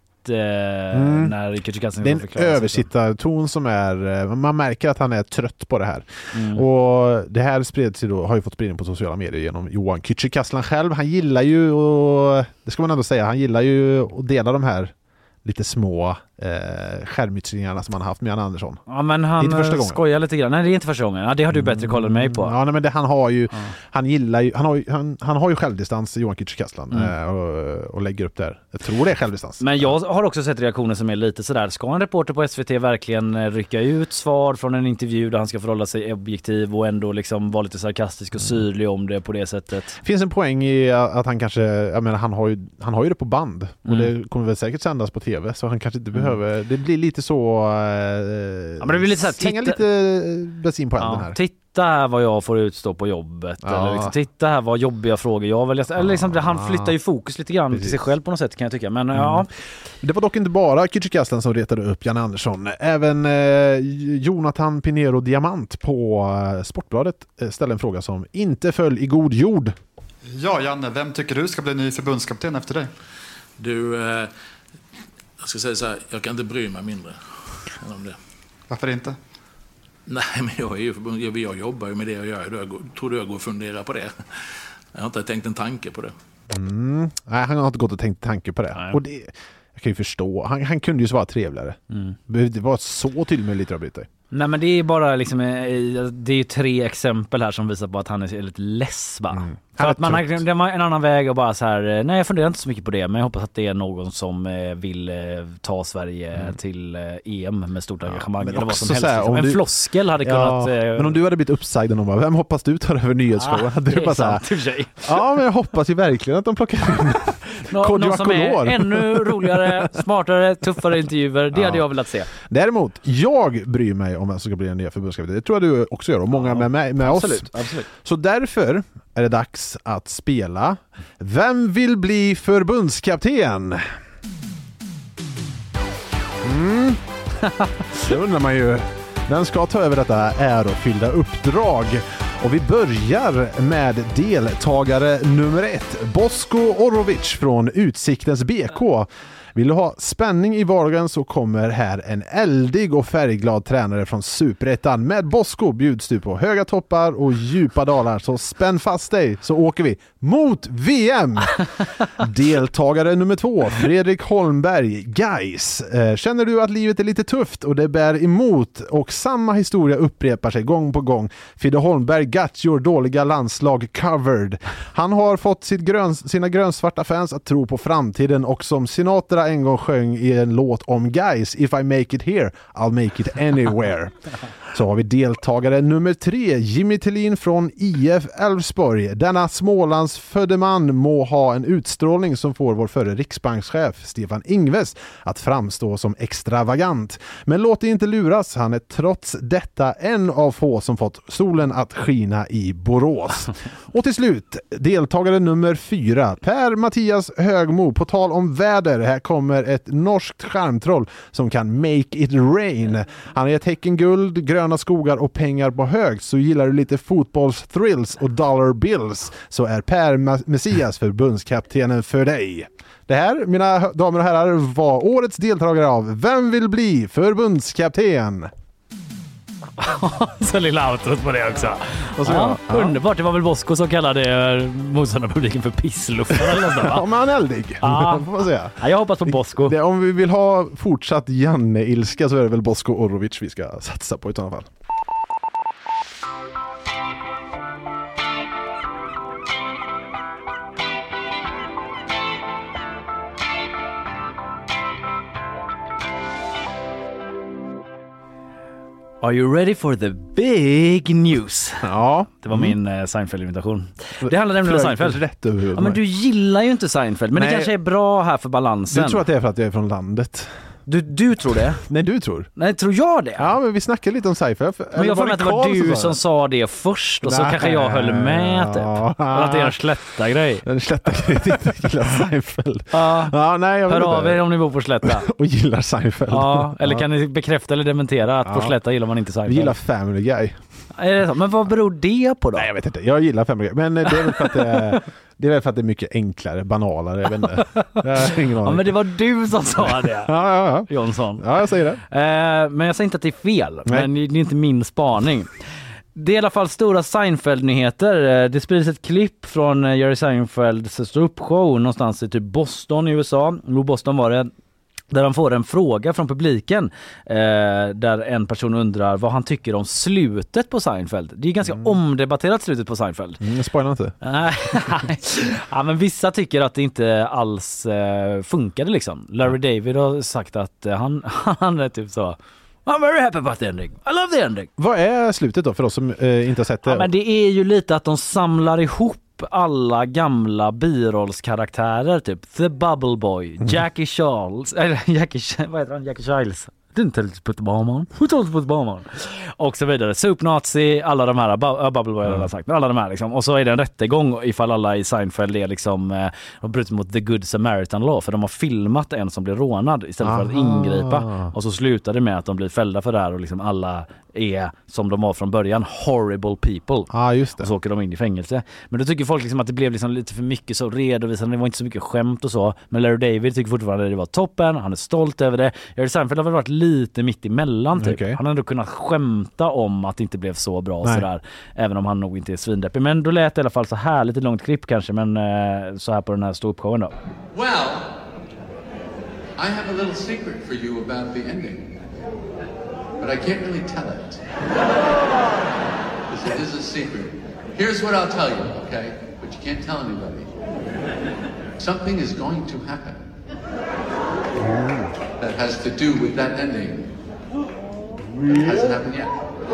när Kücükaslan det är en översittarton som är, man märker att han är trött på det här. Och det här spreds ju då, har ju fått spridning på sociala medier genom Johan Kücükaslan själv. Han gillar ju, och det ska man ändå säga, han gillar ju att dela de här lite små skärmytslingarna som han har haft med Jan Andersson. Ja, men han skojar lite grann. Nej, det är inte första gången. Ja, det har du bättre koll än mig på. Ja, nej, men han har ju han gillar ju, han har ju självdistans, Johan Kücükaslan, och lägger upp där. Jag tror det är självdistans. Men jag har också sett reaktioner som är lite sådär, ska en reporter på SVT verkligen rycka ut svar från en intervju där han ska förhålla sig objektiv och ändå liksom vara lite sarkastisk och syrlig om det på det sättet? Finns en poäng i att han kanske, jag menar, han har ju det på band och det kommer väl säkert sändas på TV, så han kanske inte behöver behöver, det blir lite så men det blir lite så här, slänga lite bensin på elden här. Titta här vad jag får utstå på jobbet. Eller liksom, titta här vad jobbiga frågor jag väljer. Eller liksom, han flyttar ju fokus lite grann till sig själv på något sätt kan jag tycka. Men ja. Det var dock inte bara Kücükaslan som retade upp Jan Andersson. Även Jonathan Pinero Diamant på Sportbladet ställde en fråga som inte föll i god jord. Ja, Janne, vem tycker du ska bli ny förbundskapten efter dig? Du, jag ska säga så här, jag kan inte bry mig mindre om det. Varför inte? Nej, men jag jobbar ju med det jag gör. Jag tror jag går och funderar på det. Jag har inte tänkt en tanke på det. Nej, han har inte gått och tänkt tanke på det. Nej. Och det, jag kan ju förstå. Han kunde ju så vara trevligare. Det var så tydligt med lite avbrytare. Nej, men det är bara liksom, det är ju 3 exempel här som visar på att han är lite less bara. För att det var en annan väg och bara så här, nej jag funderar inte så mycket på det, men jag hoppas att det är någon som vill ta Sverige till EM med stort engagemang eller vad som helst. Liksom. En floskel hade kunnat... Men om du hade blivit uppsagd och vem hoppas du tar över nyhetsshowen? Det är sant, ja, men jag hoppas ju verkligen att de plockar in någon som är ännu roligare, smartare, tuffare intervjuer. Det hade jag velat se. Däremot, jag bryr mig om vem som ska bli den nya förbundskapten. Det tror jag du också gör och många med oss. Absolut. Så därför är det dags att spela Vem vill bli förbundskapten? Det undrar man ju. Vem ska ta över detta ärofyllda uppdrag? Och vi börjar med deltagare nummer 1, Bosko Orovic från Utsiktens BK. Vill du ha spänning i vardagen så kommer här en eldig och färgglad tränare från Superettan. Med Bosko bjuds du på höga toppar och djupa dalar, så spänn fast dig så åker vi mot VM. Deltagare nummer 2, Fredrik Holmberg, Gais. Känner du att livet är lite tufft och det bär emot och samma historia upprepar sig gång på gång? Fidde Holmberg got your dåliga landslag covered. Han har fått sina grönsvarta fans att tro på framtiden och som Sinatra en gång sjöng i en låt om Guys, if I make it here, I'll make it anywhere. Så har vi deltagare nummer 3, Jimmy Tillin från IF Elfsborg. Denna Smålands födde man må ha en utstrålning som får vår förre riksbankschef Stefan Ingves att framstå som extravagant. Men låt dig inte luras, han är trots detta en av få som fått solen att skina i Borås. Och till slut, deltagare nummer 4, Per-Mattias Högmo. På tal om väder, här kommer ett norskt skärmtroll som kan make it rain. Han är ett Häckenguld, gröna skogar och pengar på hög. Så gillar du lite fotbollsthrills och dollar bills så är Per-Mattias förbundskaptenen för dig. Det här, mina damer och herrar, var årets deltagare av Vem vill bli förbundskapten? Så lilla outrot på det också. Underbart, det var väl Bosko som kallade motståndarpubliken för pissluffare eller något. Ja, men han är eldig. Får man säga. Ja, jag hoppas på Bosko. Om vi vill ha fortsatt Janne-ilska så är det väl Bosko Orovic vi ska satsa på i alla fall. Are you ready for the big news? Ja. Det var min Seinfeld-invitation. Det handlar nämligen om Seinfeld. Rätt över men du gillar ju inte Seinfeld. Men det kanske är bra här för balansen. Du tror att det är för att jag är från landet. Du tror det? Nej, du tror. Nej, tror jag det? Ja, men vi snackade lite om Seinfeld. Men jag får att det var du som sa det först och så kanske jag höll med typ. Att det är en slätta grej. En slätta grej, det är inte Seinfeld. Nej, jag vet inte. Hör av er om ni bor på Slätta. Och gillar Seinfeld. Ja, eller kan ni bekräfta eller dementera att på Slätta gillar man inte Seinfeld? Vi gillar Family Guy. Är det så? Men vad beror det på då? Nej, jag vet inte. Jag gillar Family Guy. Men det är väl för att det är väl för att det är mycket enklare, banalare, jag vet inte. Ja, men det var du som sa det. Ja. Jonsson. Ja, jag säger det. Men jag säger inte att det är fel. Nej. Men det är inte min spaning. Det är i alla fall stora Seinfeld-nyheter. Det sprids ett klipp från Jerry Seinfelds ståuppshow någonstans i typ Boston i USA. Boston var det. Där han får en fråga från publiken där en person undrar vad han tycker om slutet på Seinfeld. Det är ganska omdebatterat slutet på Seinfeld. Spoila inte. Ja, men vissa tycker att det inte alls funkade liksom. Larry David har sagt att han är typ så... I'm very happy about the ending. I love the ending. Vad är slutet då för oss som inte har sett det? Ja, men det är ju lite att de samlar ihop upp alla gamla birollskaraktärer, typ The Bubble Boy, Jackie Charles, eller vad heter han? Jackie Charles. Didn't tell to put the bomb on. Who told to put the bomb on? Och så vidare. Soup Nazi, alla de här, Bubble Boy har sagt, men alla de här liksom. Och så är det en rättegång ifall alla i Seinfeld är liksom har brutit mot The Good Samaritan Law, för de har filmat en som blir rånad istället för att ingripa. Och så slutar det med att de blir fällda för det här och liksom alla är som de var från början, horrible people. Just det. Och så åker de in i fängelse. Men då tycker folk liksom att det blev liksom lite för mycket så redovisande, det var inte så mycket skämt och så. Men Larry David tycker fortfarande att det var toppen, han är stolt över det. Jerry Seinfeld har väl varit lite mitt emellan typ. Han har ändå kunnat skämta om att det inte blev så bra sådär, även om han nog inte är svindeppig. Men då lät det i alla fall så här, lite långt klipp kanske, men så här på den här ståuppshowen då. Well, I have a little secret for you about the ending. But I can't really tell it. Because it is a secret. Here's what I'll tell you, okay? But you can't tell anybody. Something is going to happen that has to do with that ending. It hasn't happened yet.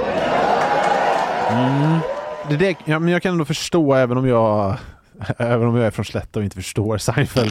Men jag kan ändå förstå, även om jag är från Slätta och inte förstår Seinfeld,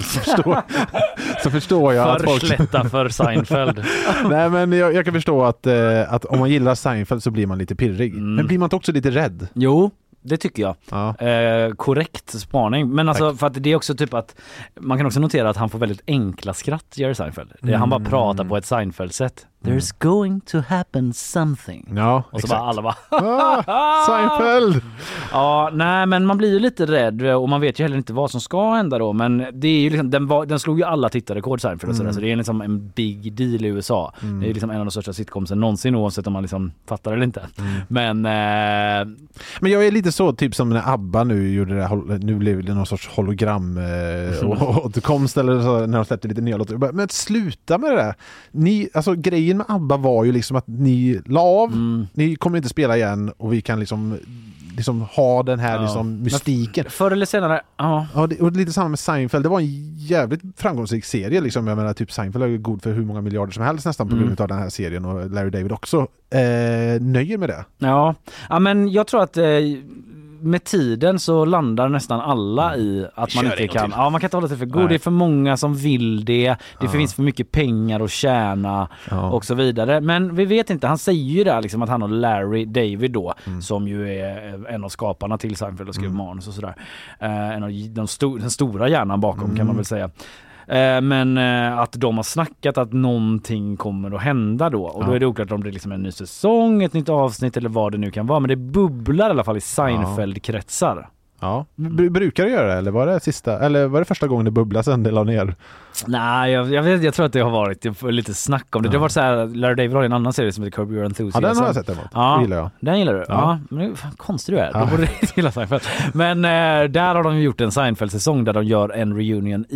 så förstår jag att folk... Slätta för Seinfeld. Nej, men jag kan förstå att om man gillar Seinfeld så blir man lite pirrig. Men blir man inte också lite rädd? Jo, det tycker jag. Korrekt spaning. Men alltså, för att det är också typ att man kan också notera att han får väldigt enkla skratt, Jerry Seinfeld. Han bara pratar på ett Seinfeld-sätt. There's going to happen something. Ja, och så exakt. bara alla bara Seinfeld! Ja, nej, men man blir ju lite rädd och man vet ju heller inte vad som ska hända då, men det är ju liksom, den slog ju alla tittarrekord Seinfeld och sådär, så det är liksom en big deal i USA. Det är liksom en av de största sitcomsen någonsin, oavsett om man liksom fattar eller inte. Men jag är lite så typ som när ABBA nu gjorde det, nu blev det någon sorts hologram återkomst eller så, när de släppte lite nya låtar. Men sluta med det där. Alltså grejen med ABBA var ju liksom att ni la av, ni kommer inte spela igen och vi kan liksom ha den här liksom mystiken. Förr eller senare, och lite samma med Seinfeld. Det var en jävligt framgångsrik serie liksom. Jag menar typ Seinfeld är ju god för hur många miljarder som helst nästan på grund av den här serien, och Larry David också nöjer med det. Ja, men jag tror att med tiden så landar nästan alla i att man inte kan. Ja, man kan inte hålla sig för god. Det är för många som vill det. Det finns för mycket pengar att tjäna och så vidare. Men vi vet inte. Han säger ju där liksom att han och Larry David då, som ju är en av skaparna till Seinfeld och skrev manus och sådär. En av den stora hjärnan bakom kan man väl säga. Men att de har snackat att någonting kommer att hända då. Och då är det oklart om det är liksom en ny säsong, ett nytt avsnitt eller vad det nu kan vara. Men det bubblar i alla fall i Seinfeld-kretsar. Ja. Brukar det göra det? Eller var det sista? Eller var det första gången det bubblade sen det la ner? Nej, jag tror att det har varit lite snack om det. Det har varit så här, Larry David har en annan serie som heter Curb Your Enthusiasm. Ja, den har jag sett emot. Ja, gillar jag. Den gillar du? Ja. Men det är konstigt du är. Då borde du gilla Seinfeld. Men där har de gjort en Seinfeld-säsong där de gör en reunion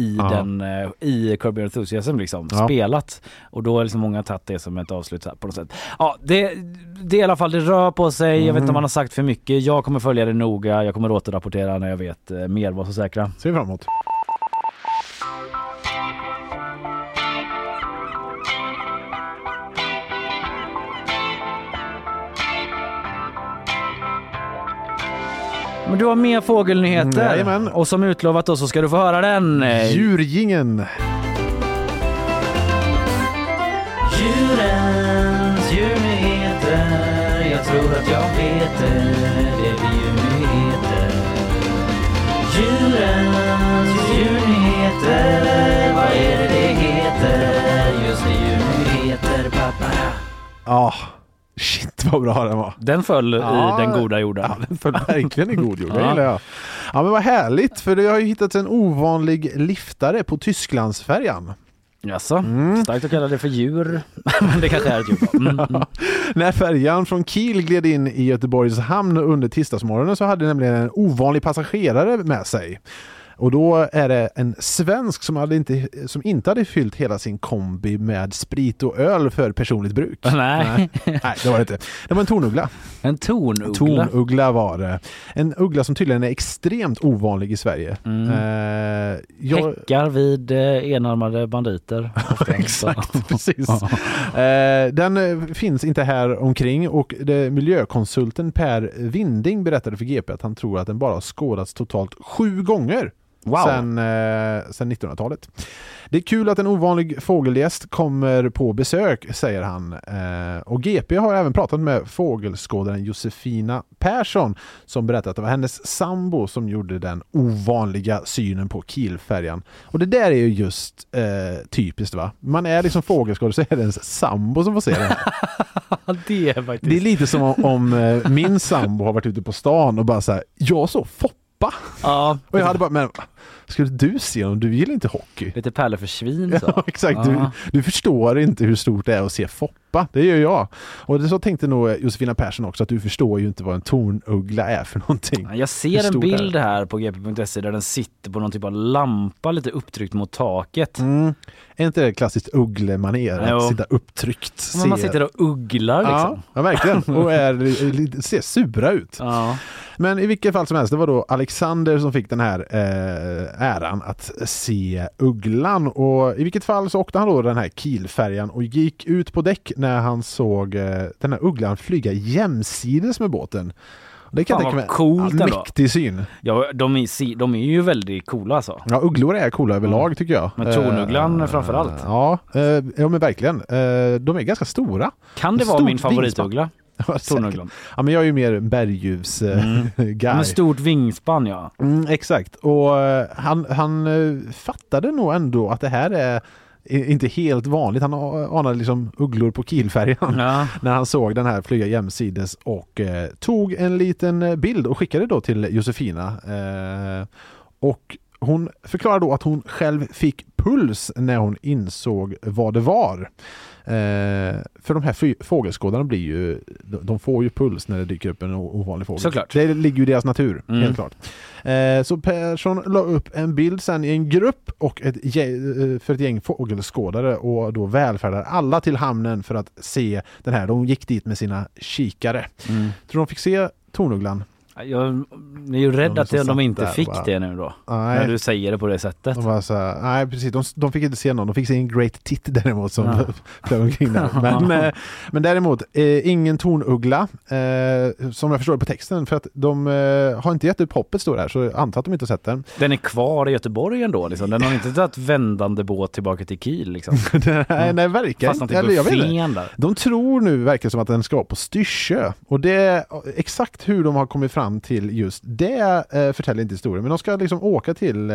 i Curb Your Enthusiasm liksom, spelat. Och då är liksom många tagit det som ett avslut här på något sätt. Ja, det är i alla fall, det rör på sig. Jag vet inte om man har sagt för mycket. Jag kommer följa det noga. Jag kommer återrapportera när jag vet mer, var så säkra. Ser vi fram emot. Men du har mer fågelnyheter. Jajamän. Och som utlovat då så ska du få höra den. Djurgingen. Djurens djurnyheter. Jag tror att jag vet det. Det blir djurnyheter. Djurens djurnyheter. Vad är det heter? Just det, djurnyheter, pappa. Ja. Shit vad bra den var. Den föll i den goda jorden. Ja, den föll verkligen i god jord. Det gillar jag. Ja, men vad härligt, för det har ju hittats en ovanlig liftare på Tysklandsfärjan. Jaså, starkt att kalla det för djur. Men det kanske är ett djur. När färjan från Kiel gled in i Göteborgs hamn under tisdagsmorgonen så hade nämligen en ovanlig passagerare med sig. Och då är det en svensk som inte hade fyllt hela sin kombi med sprit och öl för personligt bruk. Nej, det var det inte. Det var en tornuggla. En tornuggla? Tornuggla var det. En uggla som tydligen är extremt ovanlig i Sverige. Häckar vid enarmade banditer. Exakt, precis. Den finns inte här omkring och miljökonsulten Per Winding berättade för GP att han tror att den bara har skådats totalt 7 gånger. Wow. Sen 1900-talet. Det är kul att en ovanlig fågelgäst kommer på besök, säger han. Och GP har även pratat med fågelskådaren Josefina Persson som berättade att det var hennes sambo som gjorde den ovanliga synen på Kielfärjan. Och det där är ju just typiskt, va? Man är liksom fågelskådare så är det ens sambo som får se det. Det är faktiskt... Det är lite som om min sambo har varit ute på stan och bara så här, jag så Foppa. Ja. Och jag hade bara, men skulle du se om du gillar inte hockey? Lite pärlor för svin så. Ja, exakt. Du förstår inte hur stort det är att se Foppa. Det gör jag. Och det så tänkte nog Josefina Persson också, att du förstår ju inte vad en tornuggla är för någonting. Jag ser en bild här på gp.se där den sitter på någon typ av lampa lite upptryckt mot taket. Är inte det klassiskt ugglemanér att sitta upptryckt? Men man sitter och ugglar liksom. Ja, verkligen. Och ser sura ut. Ja. Men i vilket fall som helst, det var då Alexander som fick den här äran att se ugglan. Och i vilket fall så åkte han då den här Kielfärjan och gick ut på däck när han såg den här ugglan flyga jämsides med båten. Det kan jag tänka mig coolt ändå. Mäktig syn. Ja, de är ju väldigt coola alltså. Ja, ugglor är coola överlag tycker jag. Men tornugglan framförallt. Ja, men verkligen. De är ganska stora. Kan det vara min favorituggla? Tornugglan. Ja, men jag är ju mer bergljus guy. Med stort vingspann, ja. Exakt. Och han fattade nog ändå att det här är inte helt vanligt. Han anade liksom ugglor på Kielfärjan när han såg den här flyga jämsides och tog en liten bild och skickade då till Josefina. Och hon förklarade då att hon själv fick puls när hon insåg vad det var. För de här fågelskådarna blir ju, de får ju puls när det dyker upp en ovanlig fågel. Såklart. Det ligger ju i deras natur, helt klart. Så Persson la upp en bild sen i en grupp och för ett gäng fågelskådare och då välfärdar alla till hamnen för att se den här. De gick dit med sina kikare. Tror de fick se tornugglan? Jag är ju rädd att de inte fick det nu då. Nej. När du säger det på det sättet. De var så här, nej precis, de fick inte se någon. De fick se en great tit däremot som flög omkring där. Men däremot, ingen tornuggla som jag förstår på texten, för att de har inte gett upp hoppet, står där, så jag antar att de inte har sett den. Den är kvar i Göteborg ändå liksom. Den har inte tagit vändande båt tillbaka till Kiel liksom. Nej, verkar inte. Jag vet inte. De tror nu verkar som att den ska vara på Styrsö, och det är exakt hur de har kommit fram till just det förtäller inte historien, men de ska liksom åka till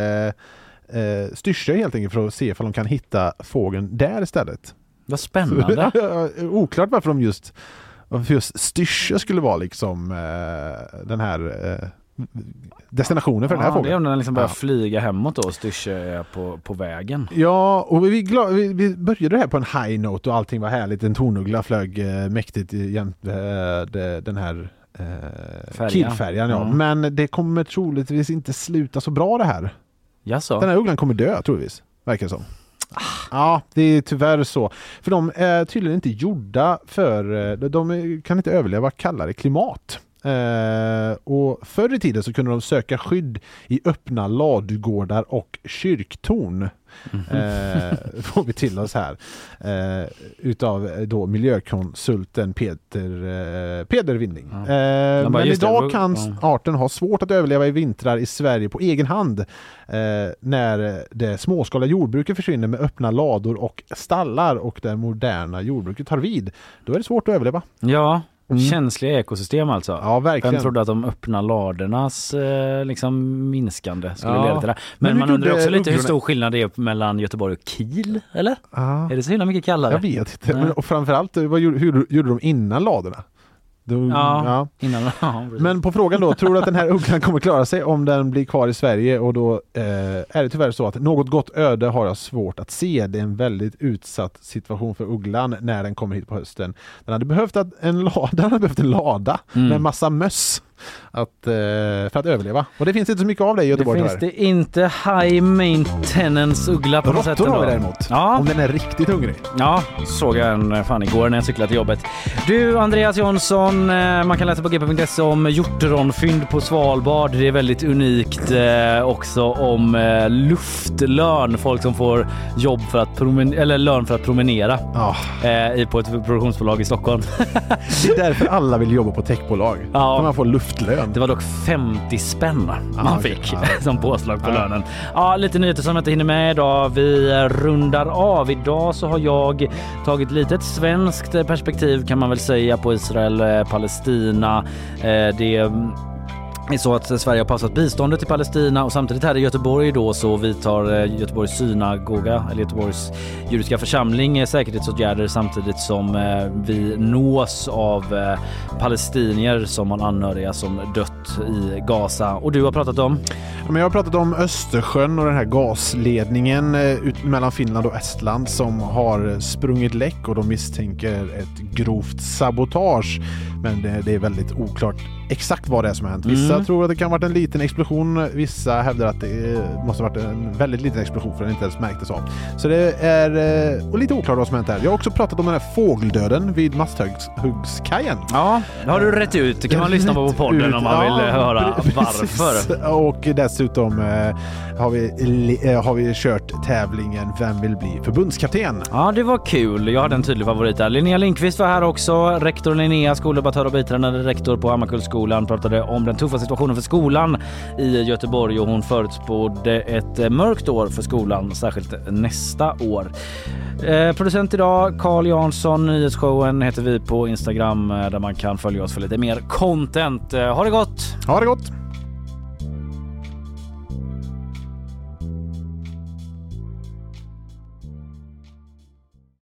Styrsö helt enkelt för att se om de kan hitta fågeln där istället. Vad spännande. Oklart varför just Styrsö skulle vara liksom den här destinationen för den här fågeln. Det är om den liksom börjar flyga hemåt då, Styrsö på vägen. Ja, och vi började här på en high note och allting var härligt. En tornuggla flög mäktigt jämte den här Kielfärjan, ja. Men det kommer troligtvis inte sluta så bra det här. Jaså? Den här ugglan kommer dö, troligtvis. Verkar som. Ja, det är tyvärr så. För de är tydligen inte gjorda för... De kan inte överleva kallare klimat. Och förr i tiden så kunde de söka skydd i öppna ladugårdar och kyrktorn. Får vi till oss här utav då miljökonsulten Peder Winding. Men idag kan arten ha svårt att överleva i vintrar i Sverige på egen hand när det småskaliga jordbruket försvinner med öppna lador och stallar och det moderna jordbruket tar vid. Då är det svårt att överleva. Ja. Känsliga ekosystem alltså. Ja, verkligen. Vem trodde att de öppna ladornas liksom minskande skulle leda till det. Men man undrar också lite hur stor skillnad det är mellan Göteborg och Kiel, eller? Är det så himla mycket kallare? Jag vet inte. Men, och framförallt, hur gjorde de innan ladorna? Innan. Men på frågan då, tror du att den här ugglan kommer klara sig om den blir kvar i Sverige? Och då är det tyvärr så att något gott öde har jag svårt att se. Det är en väldigt utsatt situation för ugglan när den kommer hit på hösten. Den hade behövt en lada med massa möss. för att överleva. Och det finns inte så mycket av det i Göteborg. Det finns det inte. High maintenance uggla på något sätt. Råttor har vi däremot. Ja. Om den är riktigt hungrig. Ja, såg jag en fan igår när jag cyklade till jobbet. Du, Andreas Jonsson, man kan läsa på gp.se om hjortronfynd på Svalbard. Det är väldigt unikt. Också om luftlön. Folk som får jobb för att lön för att promenera på ett produktionsbolag i Stockholm. Det är därför alla vill jobba på techbolag. Ja. Så man får luftlön. Det var dock 50 spänn man fick som påslag på lönen. Ja, lite nyheter som jag inte hinner med idag. Vi rundar av. Idag så har jag tagit lite ett svenskt perspektiv kan man väl säga på Israel-Palestina. Det är så att Sverige har pausat biståndet till Palestina och samtidigt här i Göteborg då så vidtar Göteborgs synagoga eller Göteborgs judiska församling säkerhetsåtgärder samtidigt som vi nås av palestinier som har anhöriga som dött i Gaza. Och du har pratat om? Men jag har pratat om Östersjön och den här gasledningen ut mellan Finland och Estland som har sprungit läck och de misstänker ett grovt sabotage. Men det är väldigt oklart exakt vad det är som har hänt. Vissa tror att det kan ha varit en liten explosion. Vissa hävdar att det måste ha varit en väldigt liten explosion för den inte ens märktes av. Så det är och lite oklart vad som har hänt här. Jag har också pratat om den här fågeldöden vid Masthuggskajen. Ja, det har du rätt ut. Det kan man lyssna på podden om man vill höra varför. Och dessutom har vi kört tävlingen Vem vill bli förbundskapten? Ja, det var kul. Jag hade en tydlig favorit där. Linnea Lindqvist var här också. Rektor Linnea, skoldebattör och biträdande rektor på Hammarkullsskolan, pratade om den tuffa situationen för skolan i Göteborg och hon förutspådde ett mörkt år för skolan, särskilt nästa år. Producent idag, Carl Jansson. Nyhetsshowen heter vi på Instagram där man kan följa oss för lite mer content. Ha det gott! Ha det gott!